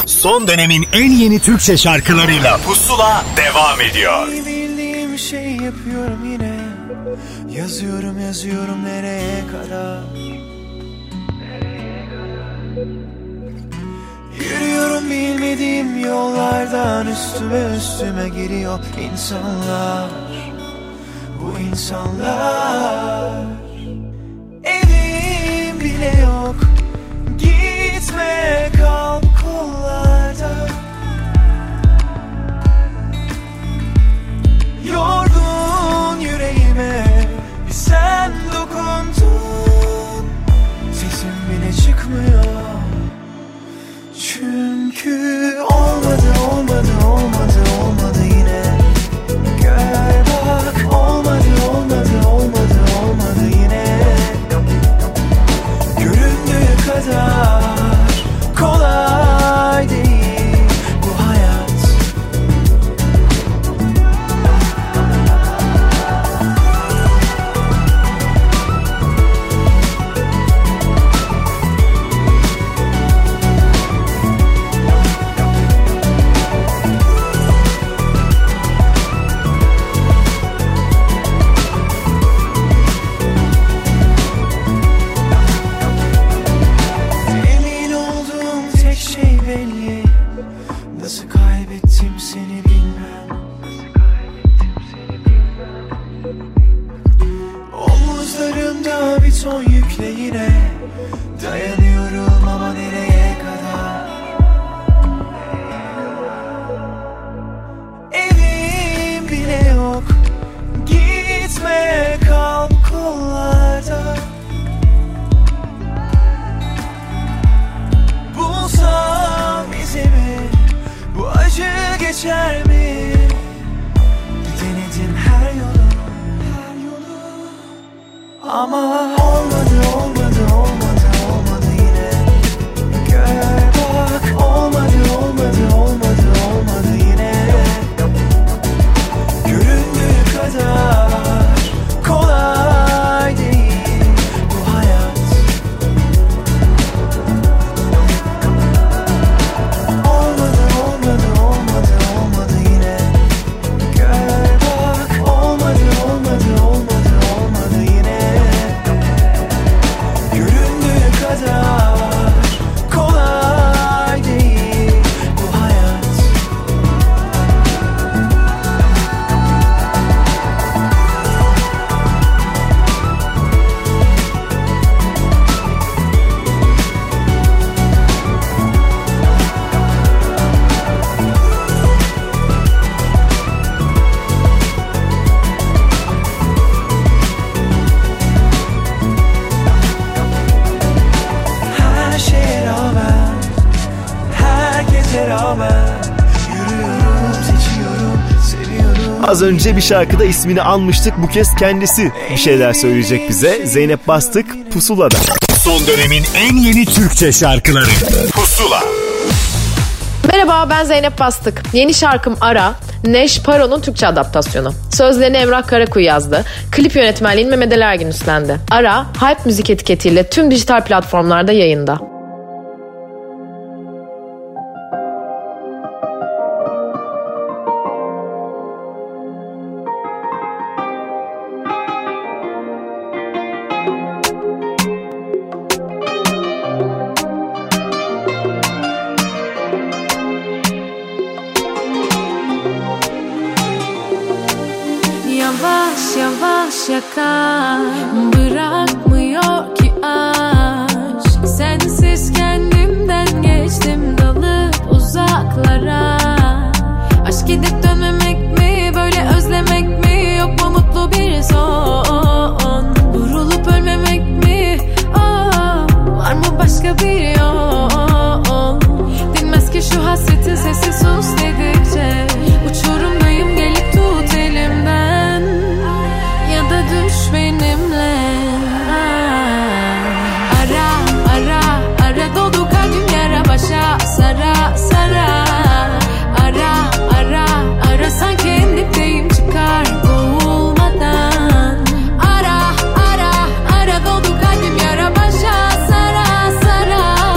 Son dönemin en yeni Türkçe şarkılarıyla Pusula devam ediyor. Bildiğim şey yapıyorum yine. Yazıyorum nereye kadar? Yürüyorum bilmediğim yollardan, üstüme giriyor insanlar. Bu insanlar. Evim bile yok, gitme kal kollarda. Yorgun yüreğime bir sen dokundun. Sesim bile çıkmıyor. Çünkü olmadı yine. Gel bak, olmadı yine. Göründüğü kadar kolay değil bu hayat. Son yükle yine dayanıyorum ama nereye kadar? Evim bile yok, gitme kal kollarda. Bulsam izimi, bu acı geçer mi? Denedim her yolu. Ama olmadı yine. Gel bak, olmadı yine. Göründüğü kadar kolay değil bu hayat. Olmadı yine. Gel bak, olmadı yine. Göründüğü kadar kolay değil bu hayat. Her şeye rağmen, herkese rağmen yürüyorum, seçiyorum, seviyorum. Az önce bir şarkıda ismini anmıştık. Bu kez kendisi bir şeyler söyleyecek bize. Zeynep Bastık Pusula'da. Son dönemin en yeni Türkçe şarkıları Pusula. Merhaba, ben Zeynep Bastık. Yeni şarkım Ara, Neş Paro'nun Türkçe adaptasyonu. Sözlerini Emrah Karakuy yazdı. Klip yönetmenliğini Mehmet Ali Ergin üstlendi. Ara, Hype Müzik etiketiyle tüm dijital platformlarda yayında. Yavaş yavaş yakar, bırakmıyor ki aşk. Sensiz kendimden geçtim, dalıp uzaklara. Aşk gidip dönmemek mi, böyle özlemek mi? Yok mu mutlu bir son? Vurulup ölmemek mi? Var mı başka bir yol? Dinmez ki şu hasretin sesi, sus dedikçe. Uçurumdayım, gelip tut elimden, ya da düş benimle. Ara ara ara, doldu kalbim yara başa, sara sara. Ara ara ara, sanki en dipteyim, çıkar boğulmadan. Ara ara ara, doldu kalbim yara başa, sara sara.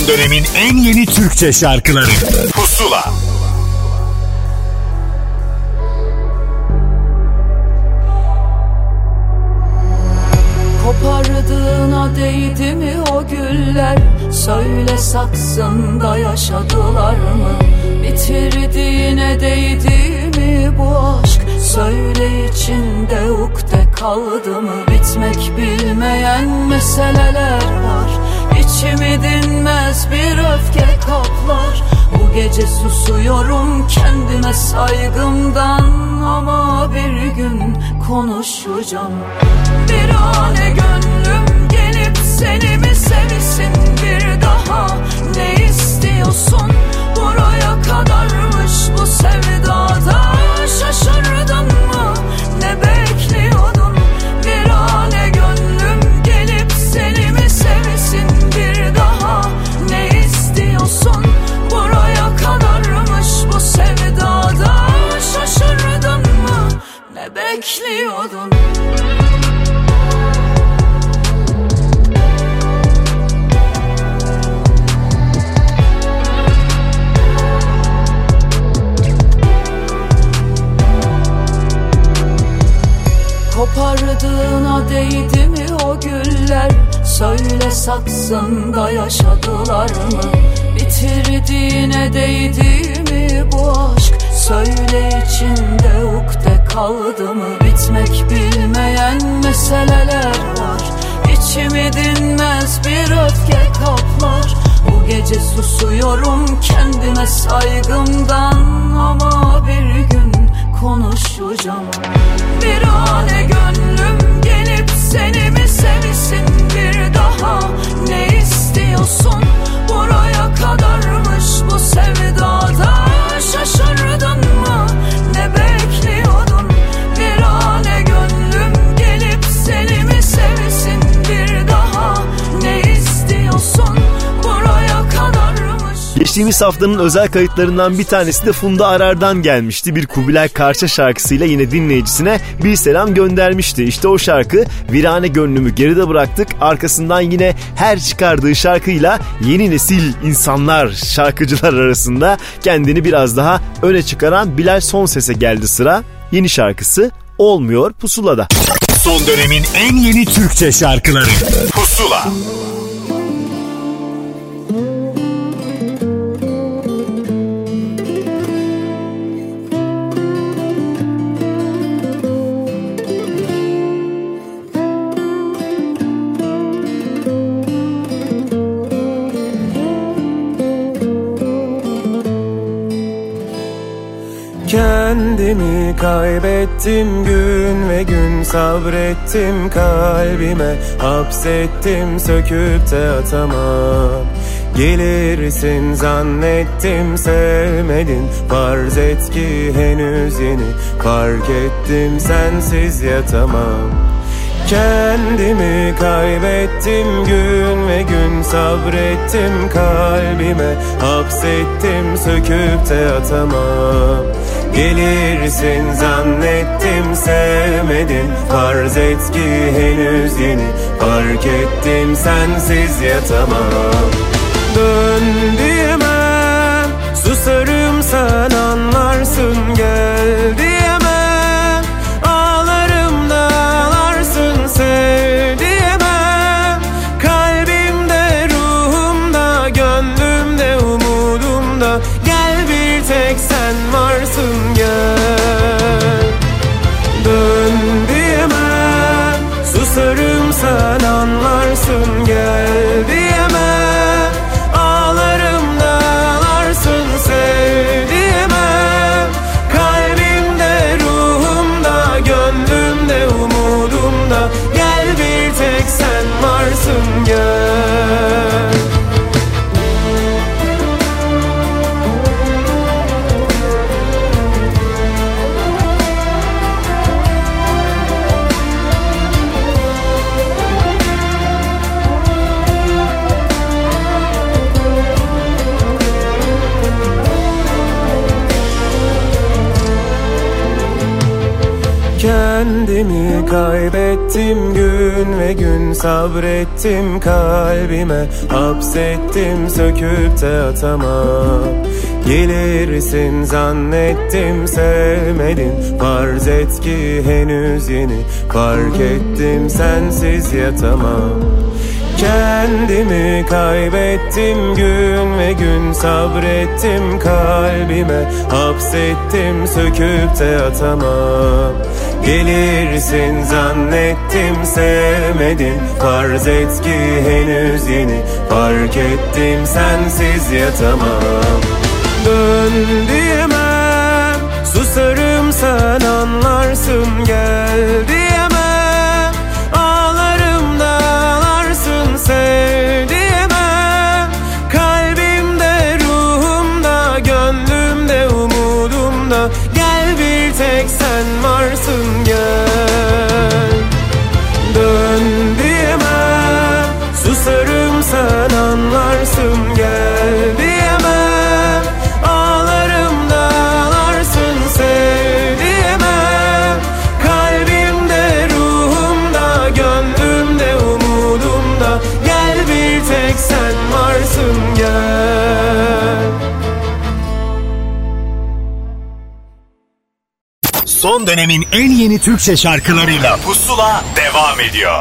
Son dönemin en yeni Türkçe şarkıları Pusula. Kopardığına değdi mi o güller? Söyle saksında yaşadılar mı? Bitirdiğine değdi mi bu aşk? Söyle içinde ukde kaldı mı? Bitmek bilmeyen meseleler var. İçimi dinmez bir öfke kaplar. Bu gece susuyorum kendime saygımdan. Ama bir gün konuşacağım. Bir ane gönlüm gelip seni mi sevsin bir daha? Ne istiyorsun? Buraya kadarmış bu sevdada. Şaşırdın mı? Ne bekliyordun? Bir ane gönlüm gelip seni mi sevsin bir daha? Ne istiyorsun? Buraya kadarmış bu sevdada. Şaşırdın mı? Ne bekliyordun? Kopardığına değdi mi o güller? Söyle saksında yaşadılar mı? Bitirdiğine değdi mi bu aşk? Söyle içinde ukde kaldı mı? Bitmek bilmeyen meseleler var. İçimi dinmez bir öfke kaplar. Bu gece susuyorum kendime saygımdan. Ama bir gün konuşacağım. Bir ane gönlüm gelip seni mi sevsin bir daha? Ne istiyorsun? Buraya kadarmış bu sevdada. Şaşırdın mı? Ne bekliyordun? Bir ane gönlüm gelip seni mi sevsin bir daha? Ne istiyorsun? Buraya kadarmış. Geçtiğimiz haftanın özel kayıtlarından bir tanesi de Funda Arar'dan gelmişti. Bir Kubilay Karça şarkısıyla yine dinleyicisine bir selam göndermişti. İşte o şarkı Virane Gönlümü geride bıraktık. Arkasından yine her çıkardığı şarkıyla yeni nesil insanlar, şarkıcılar arasında kendini biraz daha öne çıkaran Bilal Sonses'e geldi sıra. Yeni şarkısı Olmuyor Pusula'da. Son dönemin en yeni Türkçe şarkıları Pusula. Kendimi kaybettim gün ve gün sabrettim kalbime hapsettim söküp de atamam. Gelirsin zannettim sevmedin farz et ki henüz yeni fark ettim sensiz yatamam. Kendimi kaybettim gün ve gün sabrettim kalbime hapsettim söküp de atamam. Gelirsin zannettim sevmedin farz et ki henüz yeni fark ettim sensiz yatamam. Dön diyemem susarım sen anlarsın gel diyemem ağlarım da ağlarsın sev diyemem kalbimde ruhumda gönlümde umudumda gel bir tek sen varsın gel. Dön diyemem susarım sen anlarsın gel diyemem ağlarım da ağlarsın sev diyemem kalbimde ruhumda gönlümde umudumda gel bir tek sen varsın gel. Kendimi kaybettim gün ve gün, sabrettim kalbime, hapsettim söküp de atamam. Gelirsin zannettim sevmedin, farz et ki henüz yeni, fark ettim sensiz yatamam. Kendimi kaybettim gün ve gün, sabrettim kalbime, hapsettim söküp de atamam. Gelirsin zannettim sevmedin, farz et ki henüz yeni, fark ettim sensiz yatamam. Dön diyemem, susarım sen anlarsın, gel diyemem, ağlarım da ağlarsın, sev diyemem. Kalbimde, ruhumda, gönlümde, umudumda, gel bir tek sen varsın, gel. Dön diyemem, susarım sen anlarsın, gel diyemem, ağlarım da ağlarsın, sev diyemem. Kalbimde, ruhumda, gönlümde, umudumda, gel bir tek sen varsın, gel. Son dönemin en yeni Türkçe şarkılarıyla Pusula devam ediyor.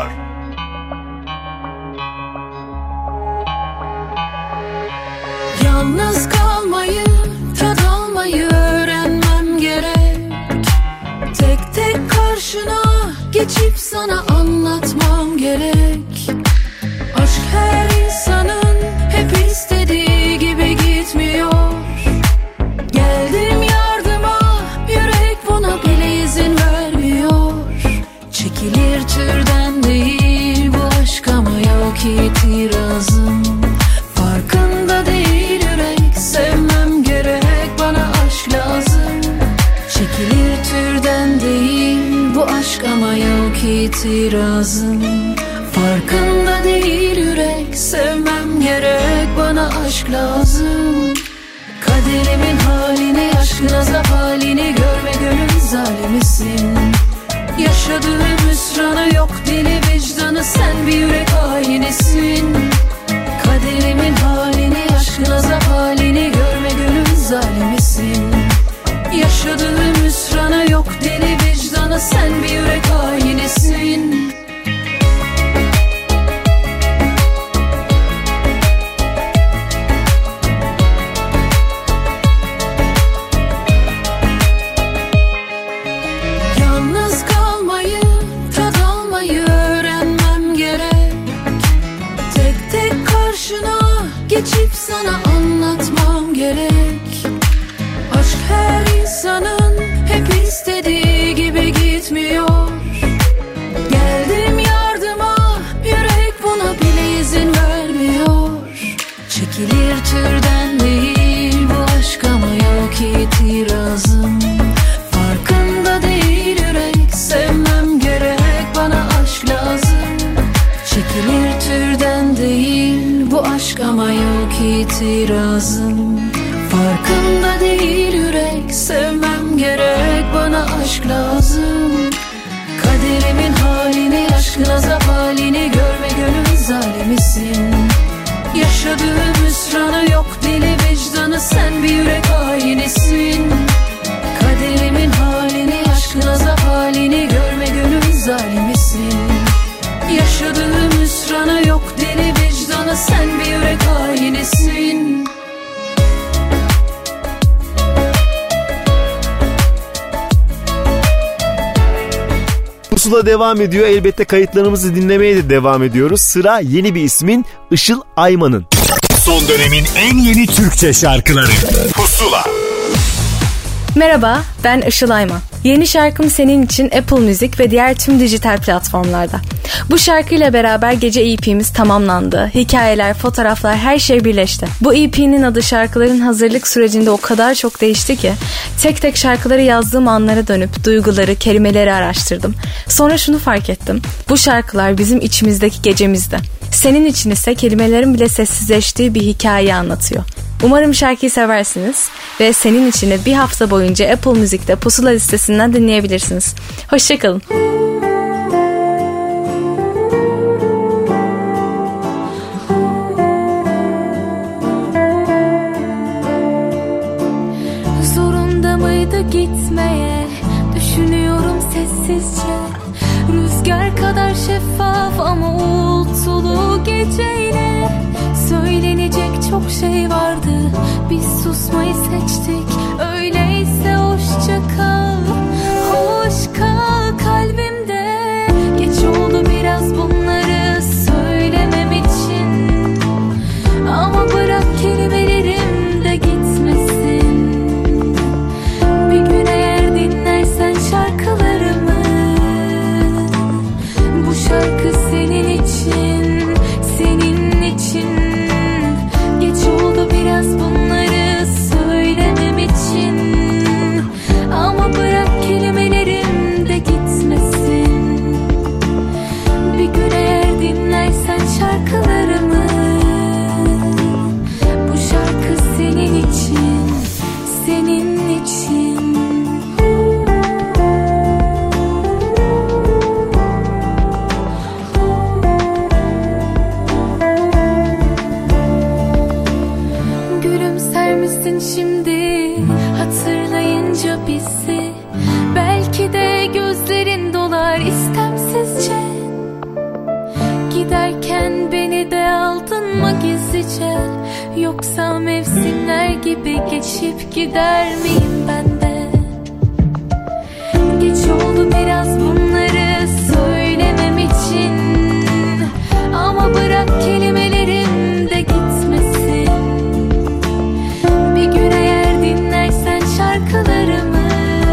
Yalnız kalmayı, tad almayı öğrenmem gerek. Tek tek karşına geçip sana anlatmam gerek. Aşk her insanın hep istediği gibi gitmiyor. Geldim yardıma, yürek buna bile izin vermiyor. Çekilir türden değil bu aşk ama yok itirazım. Farkında değil yürek, sevmem gerek, bana aşk lazım. Çekilir türden değil bu aşk ama yok itirazım. Farkında değil yürek, sevmem gerek, bana aşk lazım. Kaderimin halini, aşkın azap halini görme gönül zalimisin. Yaşadığım hüsranı yok dili vicdanı, sen bir yürek hainisin. Kaderimin halini, aşkın azap halini görme gönül zalimisin. Yaşadığım hüsranı yok dili vicdanı, sen bir yürek hainisin. Yalnız kalmayı, tad almayı öğrenmem gerek. Tek tek karşına geçip sana anlatmam gerek. Aşk her insanın hep istediği gibi gitmiyor. Geldim yardıma, yürek buna bile izin vermiyor. Çekilir türden değil bu aşk ama yok itirazım. Farkında değil yürek, sevmem gerek, bana aşk lazım. Çekilir türden değil bu aşk ama yok itirazım. Farkında değil yürek, sevmem gerek, bana aşk lazım. Kaderimin halini, aşkın azap halini görme gönül zalimisin. Yaşadığım hüsranı yok dili vicdanı, sen bir yürek hainisin. Kaderimin halini, aşkın azap halini görme gönül zalimisin. Yaşadığım hüsranı yok dili vicdanı, sen bir yürek hainisin. Pusula devam ediyor. Elbette kayıtlarımızı dinlemeye de devam ediyoruz. Sıra yeni bir ismin Işıl Ayman'ın. Son dönemin en yeni Türkçe şarkıları Pusula. Merhaba, ben Işıl Ayman. Yeni şarkım senin için Apple Music ve diğer tüm dijital platformlarda. Bu şarkıyla beraber gece EP'miz tamamlandı. Hikayeler, fotoğraflar, her şey birleşti. Bu EP'nin adı şarkıların hazırlık sürecinde o kadar çok değişti ki tek tek şarkıları yazdığım anlara dönüp duyguları, kelimeleri araştırdım. Sonra şunu fark ettim. Bu şarkılar bizim içimizdeki gecemizde. Senin için ise kelimelerin bile sessizleştiği bir hikayeyi anlatıyor. Umarım şarkıyı seversiniz ve senin için de bir hafta boyunca Apple Müzik'te Pusula listesinden dinleyebilirsiniz. Hoşçakalın. Zorunda mıydı gitmeye? Düşünüyorum sessizce. Rüzgar kadar şeffaf ama uğultulu geceyle. Söylenecek çok şey vardı, biz susmayı seçtik. Öyleyse hoşça kal, hoş kal kalbimde. Geç oldu biraz bunları söylemem için, ama bırak kelimelerim de gitmesin. Bir gün eğer dinlersen şarkılarımı, bu şarkı senin için, senin için. Biraz bunları söylemem için, ama bırak kelimelerim de gitmesin. Bir gün eğer dinlersen şarkılarımı, bu şarkı senin için, senin için. Şimdi hatırlayınca bizi, belki de gözlerin dolar istemsizce. Giderken beni de aldın mı gizlice, yoksa mevsimler gibi geçip gider miyim ben de? Geç oldu biraz bunları söylemem için, ama bırak kelimelerim de gitmesin. Bir gün eğer dinlersen şarkılarımı,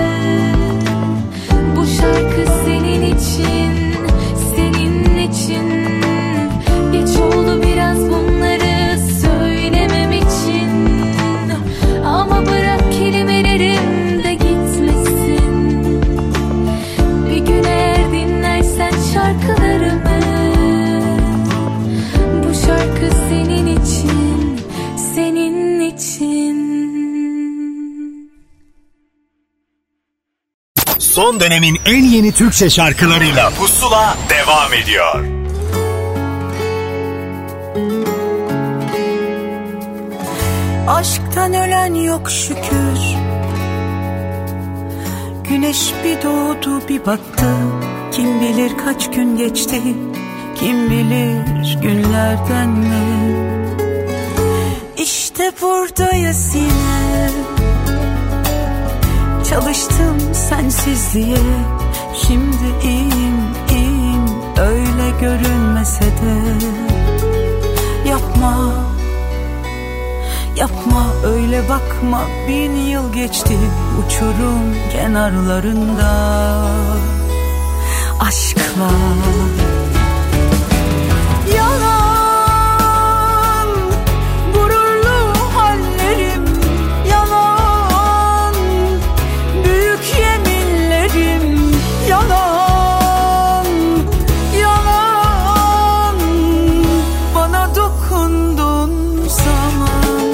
bu şarkı senin için, senin için. Geç oldu biraz bunları söylemem için, ama bırak kelimelerim de gitmesin. Bir gün eğer dinlersen şarkılarımı, bu şarkı senin için, senin için. Son dönemin en yeni Türkçe şarkılarıyla Pusula devam ediyor. Aşktan ölen yok şükür. Güneş bir doğdu bir battı. Kim bilir kaç gün geçti, kim bilir günlerden mi. İşte buradayız yine. Çalıştım sensizliğe, şimdi iyiyim, iyiyim, öyle görünmese de. Yapma, yapma öyle bakma, 1000 yıl geçti uçurum kenarlarında. Aşkla yalan, gururlu hallerim yalan, büyük yeminlerim yalan, yalan, bana dokundun zaman.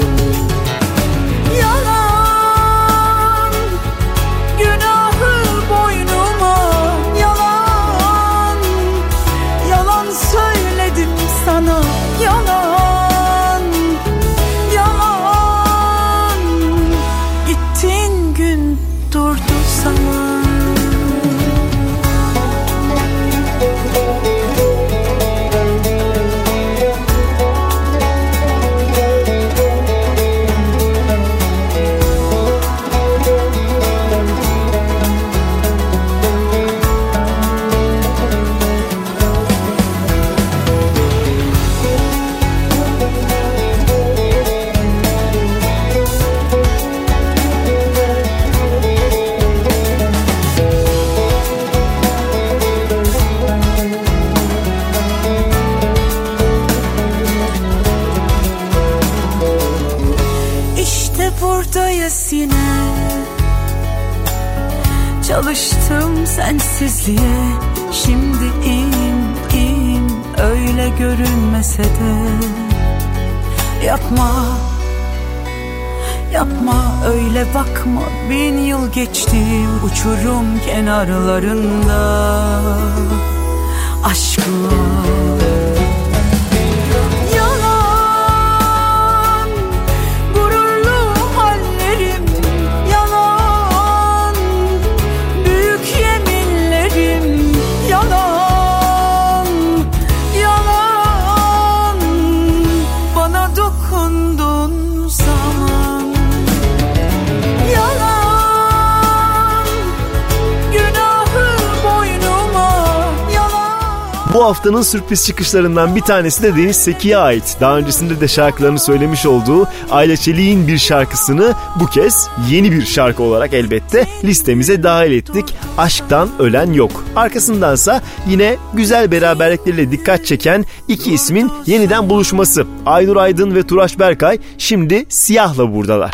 Yalan, günahı boynuma yalan, yalan söyledim sana yalan, yalan, gittiğin gün durdu zaman. Buradayız yine. Çalıştım sensizliğe, şimdi iyiyim, iyiyim, öyle görünmese de. Yapma, Yapma öyle bakma, 1000 yıl geçti uçurum kenarlarında aşkım. Yalan gururlu hallerim, yalan büyük yeminlerim, yalan yalan bana dokundun zaman. Yalan günahı boynuma, yalan. Bu haftanın sürpriz çıkışlarından bir tanesi de Deniz Seki'ye ait. Daha öncesinde de şarkılarını söylemiş olduğu Ayla Çelik'in bir şarkısını bu kez yeni bir şarkı olarak elbette listemize dahil ettik. Aşktan Ölen Yok. Arkasındansa yine güzel beraberlikleriyle dikkat çeken iki ismin yeniden buluşması. Aynur Aydın ve Turaç Berkay şimdi Siyah'la buradalar.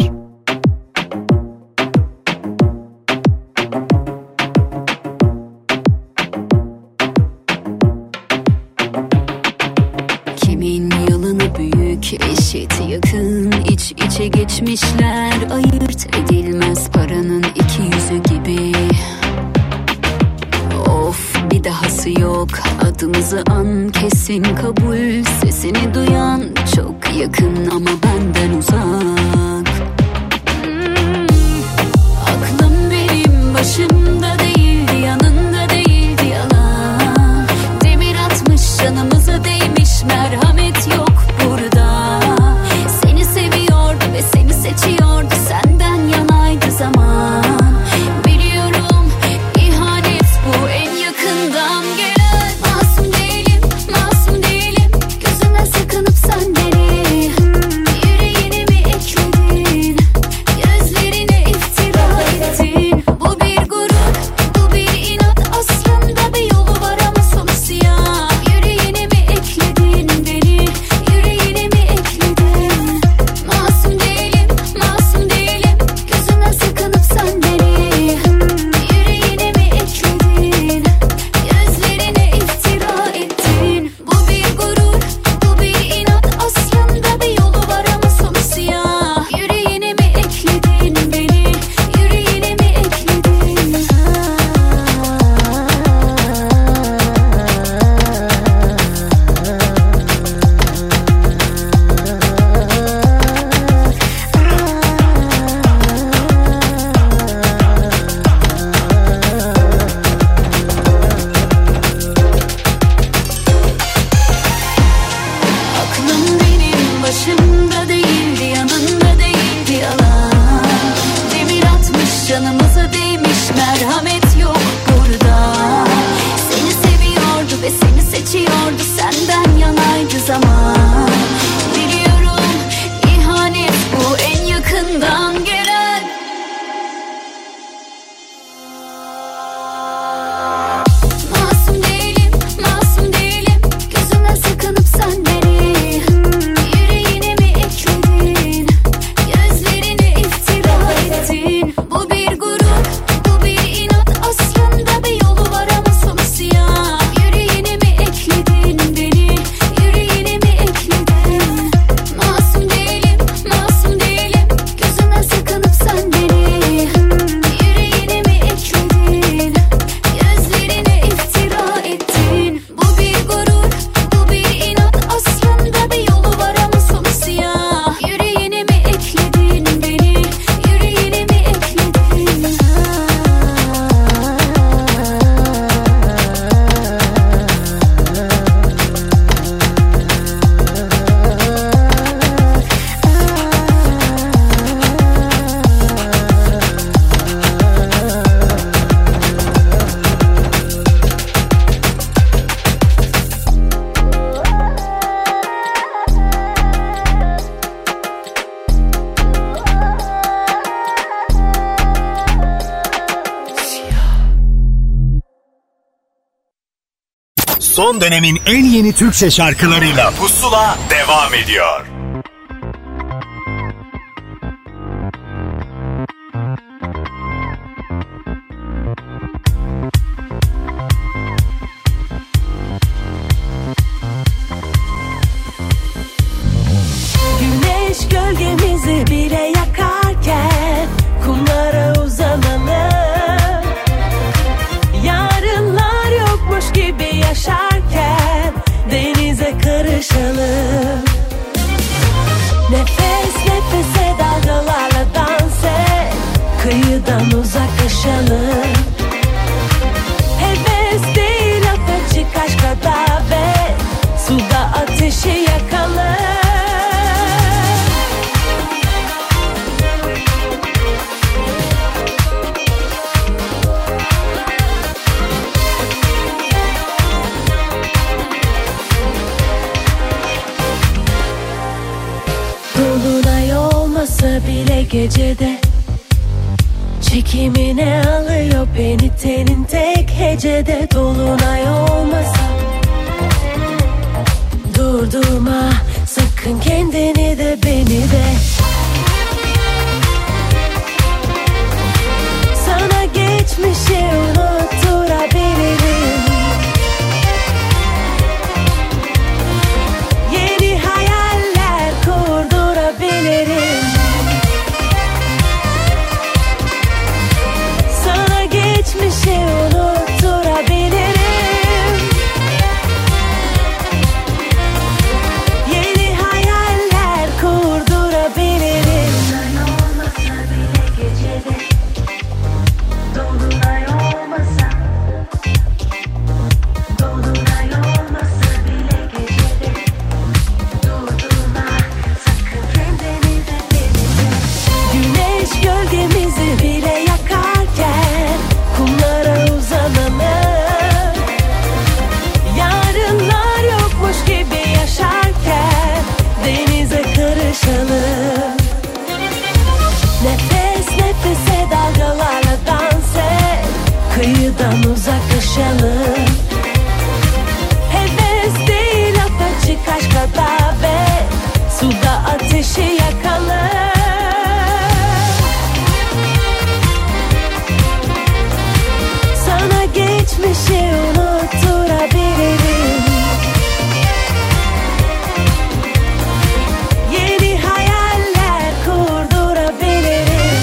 Kimin yalanı büyük, eşit yakın, iç içe geçmişler, ayırt edilmez paranın iki yüzü gibi. Of, bir dahası yok, adımızı an, kesin kabul, sesini duyan çok yakın ama benden uzak. Aklım benim başımda değildi, yanında değildi yalan. Demir atmış canımıza değmiş, merhamet yok burada. Seni seviyordu ve seni seçiyordu, senden yanaydı zaman. Biliyorum ihanet bu, en yakından gelen. Masum değilim, masum değilim, gözünden sakınıp sen beni yüreğine mi ekledin, gözlerine iftira ettin. Bu bir gurur, bu bir inat, aslında bir yolu var ama sonu siyah. Yüreğine mi ekledin beni, yüreğine mi ekledin? Masum değilim, masum değilim, gözünden sakınıp sen beni yüreğine mi ekledin, gözlerine iftira ettin. Bu bir gurur, bu bir inat, aslında bir yolu var ama sonu siyah. Yüreğine mi ekledin beni, yüreğine mi ekledin? Aklım benim başımda değildi, yanında değildi yalan. Demir atmış canımıza değmiş, merhamet yok burada. Seni seviyordu ve seni seçiyordu, senden yanaydı zaman. Biliyorum ihanet bu, en yakından gelen. Masum değilim, masum değilim, gözümden sakınıp sen beni yüreğine mi ekledin, gözlerine iftira ettin. Bu bir gurur, bu bir inat, aslında bir yolu var ama sonu siyah. Yüreğine mi ekledin beni, yüreğine mi ekledin? Masum değilim, masum değilim, gözümden sakınıp sen beni yüreğine mi ekledin, gözlerine iftira ettin. Bu bir gurur, bu bir inat, aslında bir yolu var ama sonu siyah. Yüreğine mi ekledin beni, yüreğine mi ekledin? Son dönemin en yeni Türkçe şarkılarıyla Pusula devam ediyor. Güneş gölgemizi bile yakar, karışalım. Nefes nefese dalgalarla dans et, kıyıdan uzaklaşalım. Heves değil apaçık aşka davet, suda ateşi yakalım. Dolunay olmasa bile gecede çekimine alıyor beni tenin tek hecede. Dolunay olmasa durdurma sakın kendini de beni de. Sana geçmişi unutturabilirim. Yeni hayaller kurdurabilirim. Sana geçmişi unutturabilirim. Yeni hayaller kurdurabilirim. Dolunay olmasa bile gecede, dolunay olmasa, dolunay olmasa bile gecede, durdurma sakın kendini de beni de. Güneş gölgemizi bile yakarken kumlara uzanalım. Yarınlar yokmuş gibi yaşarken denize karışalım. Nefes nefese dalgalarla dans et, kıyıdan uzaklaşalım. Heves değil apaçık aşka davet, suda ateşi yakalım. Sana geçmişi unutturabilirim. Yeni hayaller kurdurabilirim.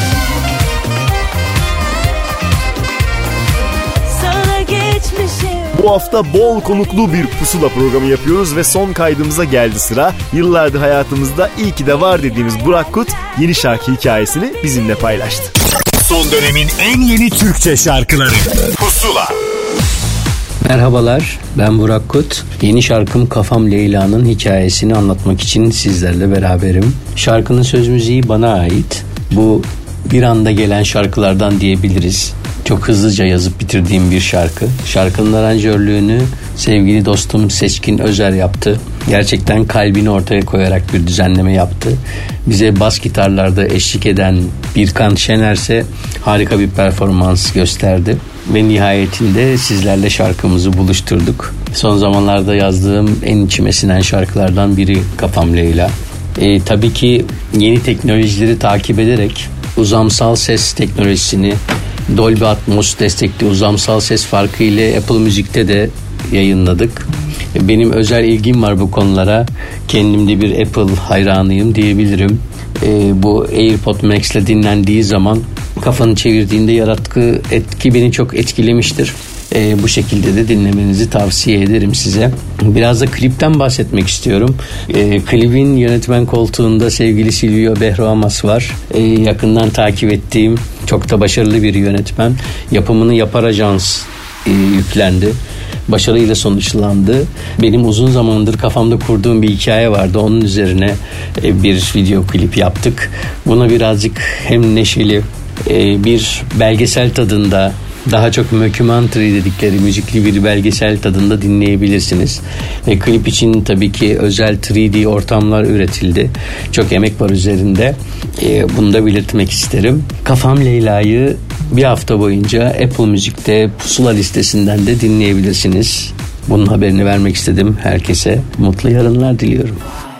Sana geçmişi. Bu hafta bol konuklu bir pusula programı yapıyoruz ve son kaydımıza geldi sıra. Yıllardır hayatımızda iyi ki de var dediğimiz Burak Kut yeni şarkı hikayesini bizimle paylaştı. Son dönemin en yeni Türkçe şarkıları Pusula. Merhabalar, ben Burak Kut. Yeni şarkım Kafam Leyla'nın hikayesini anlatmak için sizlerle beraberim. Şarkının söz müziği bana ait. Bu bir anda gelen şarkılardan diyebiliriz. Çok hızlıca yazıp bitirdiğim bir şarkı. Şarkının aranjörlüğünü sevgili dostum Seçkin Özer yaptı. Gerçekten kalbini ortaya koyarak bir düzenleme yaptı. Bize bas gitarlarda eşlik eden Birkan Şener ise harika bir performans gösterdi. Ve nihayetinde sizlerle şarkımızı buluşturduk. Son zamanlarda yazdığım en içime sinen şarkılardan biri Kafam Leyla. Tabii ki yeni teknolojileri takip ederek uzamsal ses teknolojisini, Dolby Atmos destekli uzamsal ses farkı ile Apple Müzik'te de yayınladık. Benim özel ilgim var bu konulara. Kendim de bir Apple hayranıyım diyebilirim. Bu AirPod Max ile dinlendiği zaman kafanı çevirdiğinde yarattığı etki beni çok etkilemiştir. Bu şekilde de dinlemenizi tavsiye ederim size. Biraz da klipten bahsetmek istiyorum. Klibin yönetmen koltuğunda sevgili Silvio Behroamas var. Yakından takip ettiğim çok da başarılı bir yönetmen. Yapımını Yapar Ajans yüklendi. Başarıyla sonuçlandı. Benim uzun zamandır kafamda kurduğum bir hikaye vardı. Onun üzerine bir video klip yaptık. Buna birazcık hem neşeli bir belgesel tadında, daha çok mockumentary dedikleri müzikli bir belgesel tadında dinleyebilirsiniz. Ve klip için tabii ki özel 3D ortamlar üretildi. Çok emek var üzerinde. Bunu da belirtmek isterim. Kafam Leyla'yı bir hafta boyunca Apple Müzik'te Pusula listesinden de dinleyebilirsiniz. Bunun haberini vermek istedim herkese. Mutlu yarınlar diliyorum.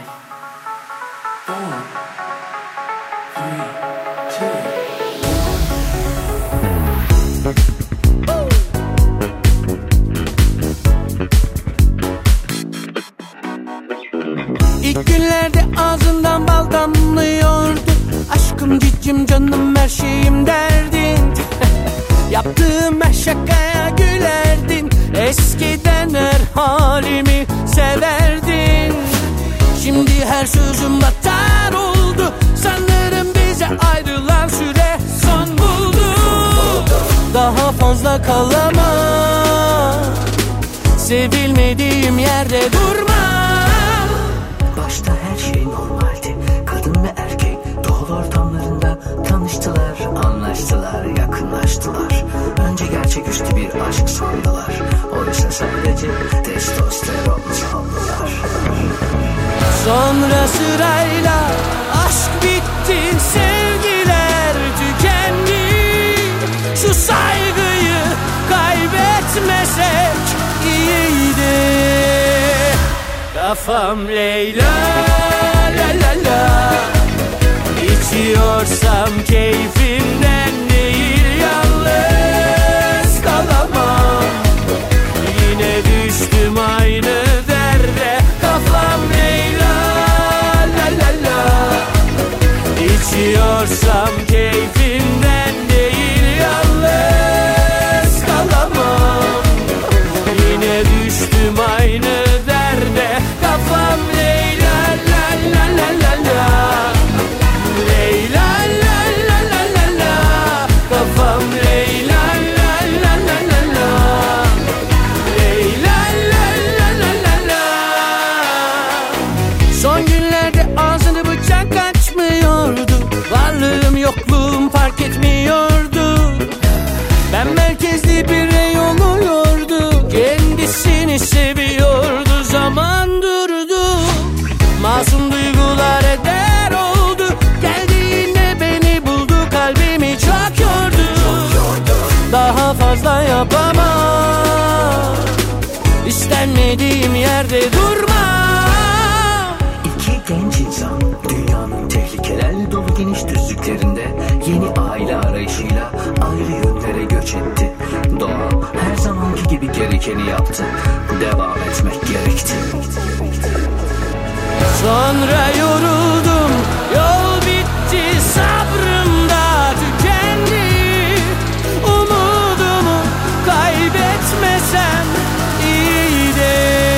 İlk günlerde ağzından bal damlıyordu. Aşkım cicim canım her şeyim derdin. Yaptığım her şakaya gülerdin. Eskiden her halimi severdin. her sözüm batar oldu. Sanırım bize ayrılan süre son buldu. Daha fazla kalamam, sevilmediğim yerde durmam. Başta her şey normaldi. Kadın ve erkek doğal ortamlarında tanıştılar, anlaştılar, yakınlaştılar. Önce gerçeküstü bir aşk sandılar. Oysa sadece testosteron sandılar. Sonra sırayla aşk bitti, sevgiler tükendi. Şu saygıyı kaybetmesek iyiydi. Kafam Leyla la la la. İçiyorsam keyfimden değil, yalnız kalamam. Yine düştüm aynı derde. Kafam Leyla la la la. İçiyorsam keyfimden değil, yalnız kalamam. Yine düştüm aynı derde. Kafam Leyla la la la la la. Leyla la la la la la. Kafam Leyla la la la la la. Leyla la la la la la. Son günlerde ağzını bıçak açmıyordu. Varlığım yokluğum fark etmiyordu. Ben merkezli bir rey oluyordu. Kendisini seviyordu. Zaman durdu. Masum duygular eder oldu. Geldi yine beni buldu. Kalbimi çok yordu. Daha fazla yapamam. İstenmediğim yerde durmam. İki genç insan dünyanın tehlikelerle dolu geniş düzlüklerinde yeni aile arayışıyla ayrı yönlere göç etti. Doğa her zamanki gibi gerekeni yaptı. Devam etmek gerekti. Sonra yoruldum, yol bitti, sabrım da tükendi. Umudumu kaybetmesem iyiydi.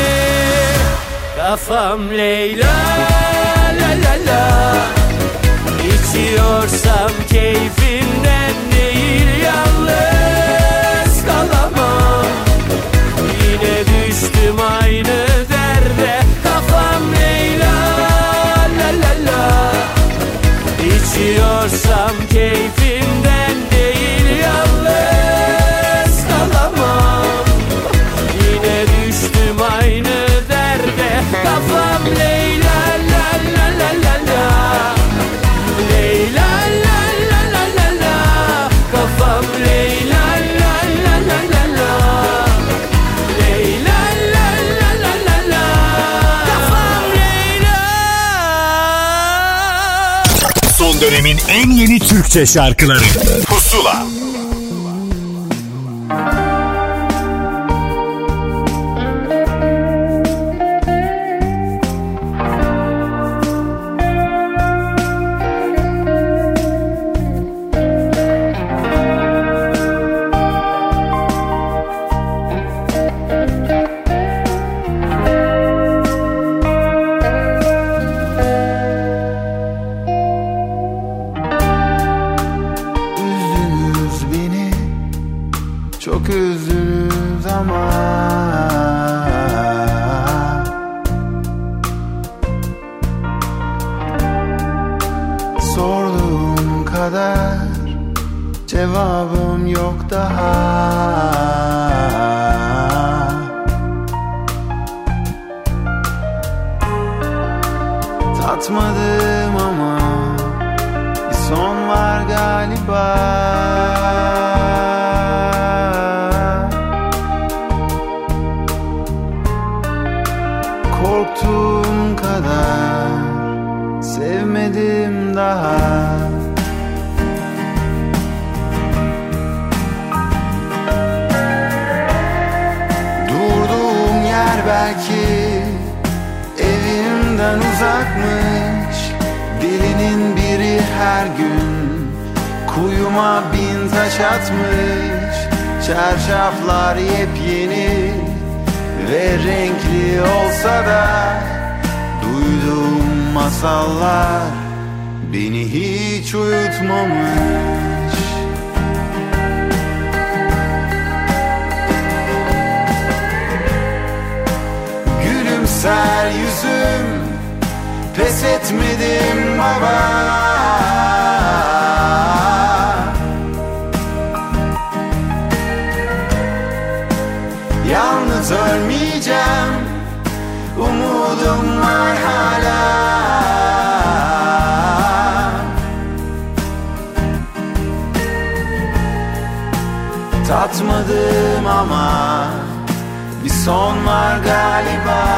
Kafam Leyla la la la. İçiyorsam keyfimden değil, yalnız kalamam. Yine düştüm aynı derde. Kafam Leyla la la la. İçiyorsam keyfimden değil, yalnız kalamam. Yine düştüm aynı derde. Kafam Leyla la la la la la. Leyla la la la la la. Kafam Leyla la la la la la. Leyla la la la la la. Kafam Leyla. Son dönemin en yeni Türkçe şarkıları Pusula. Üzdünüz beni, çok üzdünüz ama sorduğum kadar cevabım yok daha. Tatmadım ama bir son var galiba. Korktuğum kadar sevmedim daha. Durduğum yer belki evimden uzakmış. Delinin biri her gün kuyuma bin taş atmış. Çarşaflar yepyeni ve renkli olsa da duydum masallar beni hiç uyutmamış. Gülümser yüzüm, pes etmedim baba. Yalnız ölmeyeceğim, umudum var hala. Tatmadım ama bir son var galiba.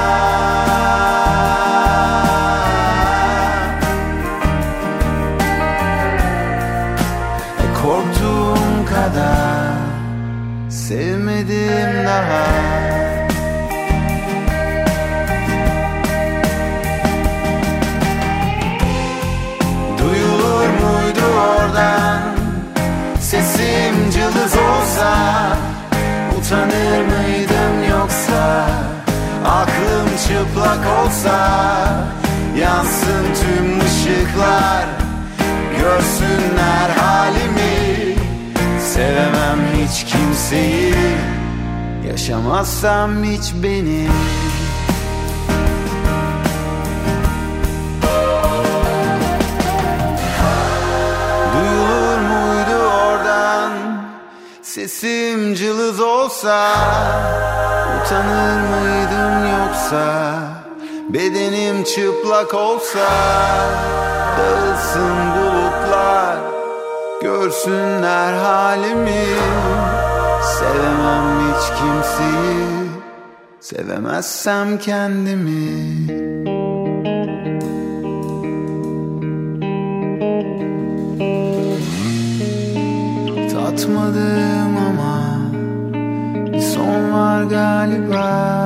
Korktuğum kadar sevmedim daha. Duyulur muydu oradan sesim cılız olsa? Utanır mıydım yoksa? Aklım çıplak olsa? Yansın tüm ışıklar, görsünler halimi. Sevemem hiç kimseyi, yaşamazsam hiç beni. Duyulur muydu oradan sesim cılız olsa? Utanır mıydım yoksa? Bedenim çıplak olsa? Dağılsın bulutlar, görsünler halimi. Sevemem hiç kimseyi, sevemezsem kendimi. Tatmadım ama bir son var galiba.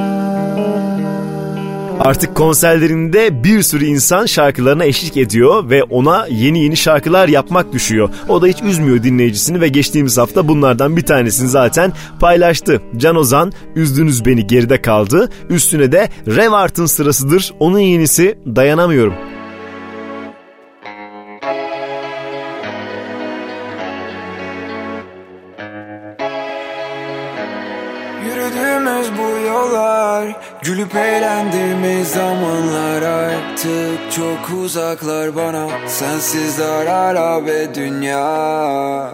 Artık konserlerinde bir sürü insan şarkılarına eşlik ediyor ve ona yeni yeni şarkılar yapmak düşüyor. O da hiç üzmüyor dinleyicisini ve geçtiğimiz hafta bunlardan bir tanesini zaten paylaştı. Can Ozan, Üzdünüz Beni Geride Kaldı. Üstüne de Revart'ın sırasıdır. Onun yenisi Dayanamıyorum. Yürüdüğümüz bu yollar, gülüp eğlendiğimiz zamanlar artık çok uzaklar bana. Sensiz dar ara ve dünya.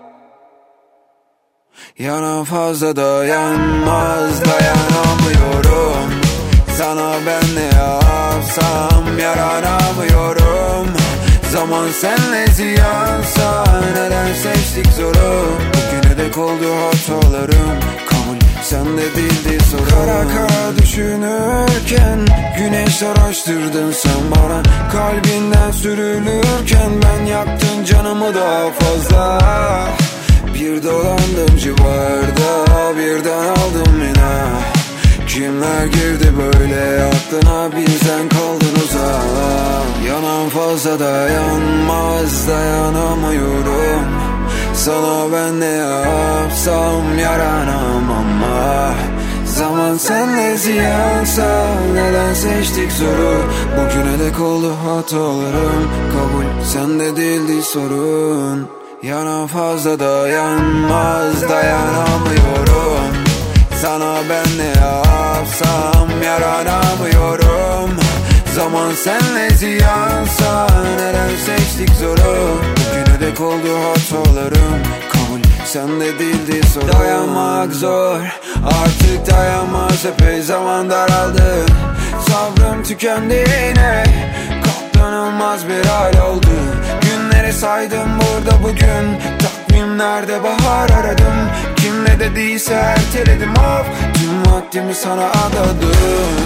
Yana fazla dayanmaz, dayanamıyorum. Sana ben ne yapsam yaranamıyorum. Zaman senle ziyansa neden seçtik zoru? Bugüne dek oldu hatalarım, sen de bildi sorun. Kara kara düşünürken güneş araştırdın sen bana. Kalbinden sürülürken ben yaktın canımı daha fazla. Bir dolandım civarda, birden aldım yine. Kimler girdi böyle aklına, bir sen kaldın uzak. Yanan fazla dayanmaz, dayanamıyorum. Sana ben ne yapsam yaranam ama zaman senle ziyansa neden seçtik zoru? Bugüne dek oldu hatalarım, kabul sende değildi sorun. Yana fazla dayanmaz, dayanamıyorum. Sana ben ne yapsam yaranamıyorum. Zaman senle ziyansa neden seçtik zoru? Bugüne dek oldu hatalarım, kabul sende değildi sorun. Dayanmak zor, artık dayanmaz, epey zaman daraldı. Sabrım tükendi yine, katlanılmaz bir hal oldu. Günleri saydım burada bugün, takvimlerde bahar aradım. Kim ne dediyse erteledim, of, tüm vaktimi sana adadım.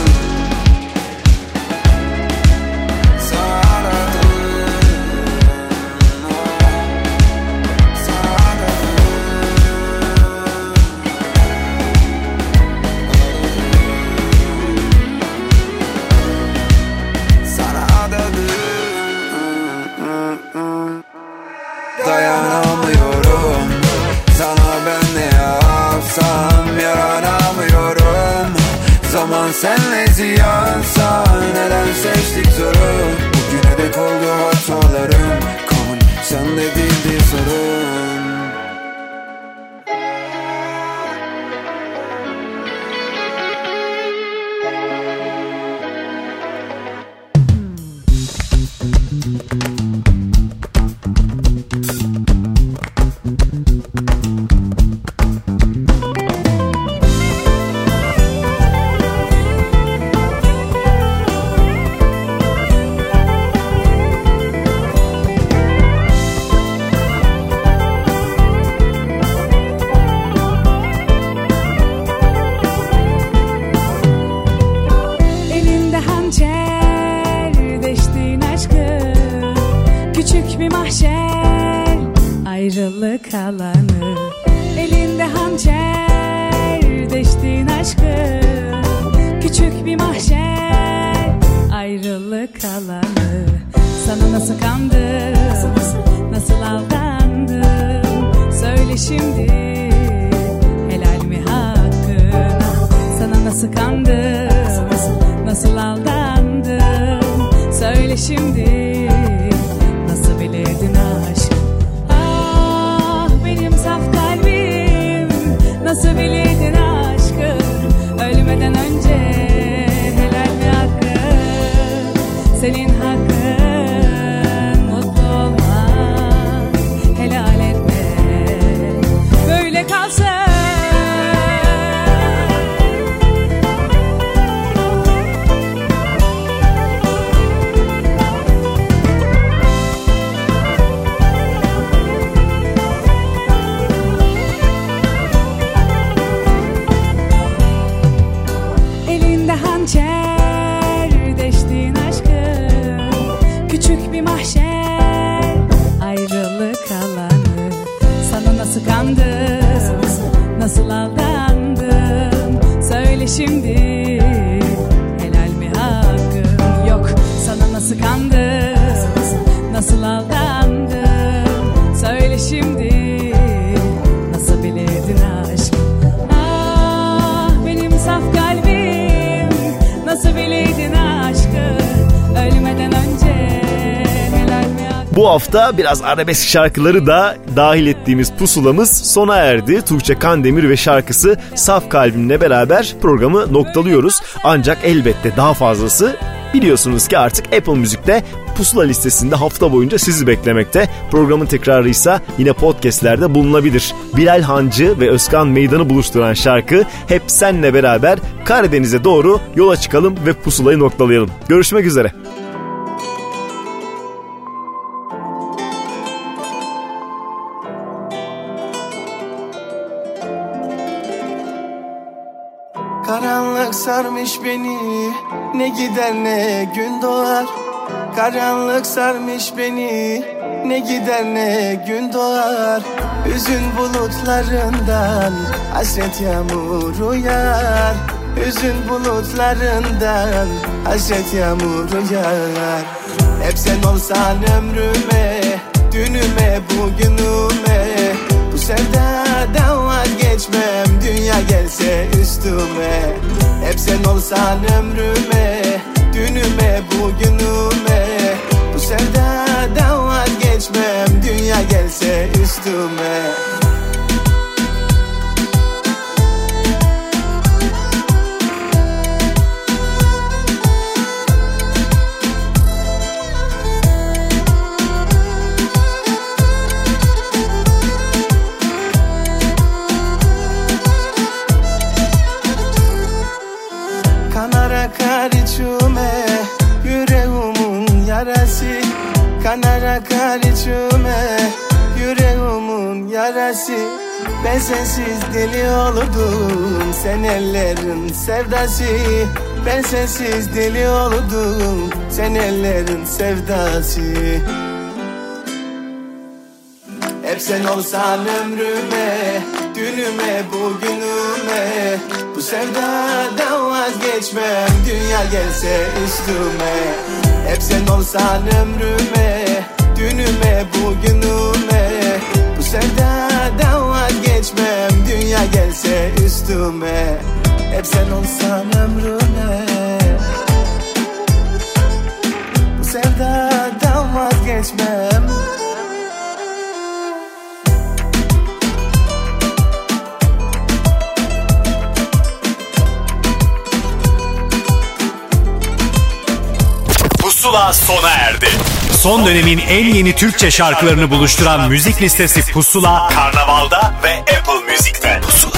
Dayanamıyorum, sana ben ne yapsam yaranamıyorum. Zaman zaman senle ziyansa, neden seçtik zoru? Bugüne dek oldu hatalarım, kan sende değildi sorun. Ayrılık alanı, elinde hançer, deştin aşkı, küçük bir mahşer. Ayrılık alanı, sana nasıl kandım, nasıl aldandım, söyle şimdi, helal mi hakkına? Sana nasıl kandım, nasıl aldandım, söyle şimdi, nasıl bilirdin aşkı? Nasıl bilirdin aşkı? Ölmeden önce helal mi hakkın? Senin hakkın mutlu olmak, helal etme, böyle kalsın. Deştin aşkı, küçük bir mahşer. Ayrılık alanı, sana nasıl kandım, nasıl aldandım, söyle şimdi, helal mi hakkım? Yok, sana nasıl kandım, nasıl aldandım, söyle şimdi, nasıl bilirdin aşkım? Ah benim saf kalbim, nasıl bilirdin aşkı? Ölmeden önce helal mi hakkı? Bu hafta biraz arabesk şarkıları da dahil ettiğimiz pusulamız sona erdi. Tuğçe Kandemir ve şarkısı Saf Kalbimle beraber programı noktalıyoruz. Ancak elbette daha fazlası biliyorsunuz ki artık Apple Müzik'te pusula listesinde hafta boyunca sizi beklemekte. Programın tekrarıysa yine podcastlerde bulunabilir. Bilal Hancı ve Özkan Meydan'ı buluşturan şarkı Hep Senle beraber Karadeniz'e doğru yola çıkalım ve pusulayı noktalayalım. Görüşmek üzere. Karanlık sarmış beni, ne gider ne gün doğar. Karanlık sarmış beni, ne gider ne gün doğar. Hüzün bulutlarından hasret yağmuru yağar. Hüzün bulutlarından hasret yağmuru yağar. Hep sen olsan ömrüme, dünüme bugünüme. Bu sevdadan vazgeçmem, dünya gelse üstüme. Hep sen olsan ömrüme, dünüme bugünüme. Bu sevdadan vazgeçmem, dünya gelse üstüme. Kanar içime yüreğimin yarası. Kanar akar içime yüreğimin yarası. Ben sensiz deli oldum, sen ellerin sevdası. Ben sensiz deli oldum, sen ellerin sevdası. Hep sen olsan ömrüme, dünüme bugünüme. Bu sevdadan vazgeçmem, dünya gelse üstüme. Hep sen olsan ömrüme, dünüme bugünüme. Bu sevdadan vazgeçmem, dünya gelse üstüme. Hep sen olsan ömrüme, Pusula sona erdi. Son dönemin en yeni Türkçe şarkılarını buluşturan müzik listesi Pusula, Karnaval'da ve Apple Music'te. Pusula.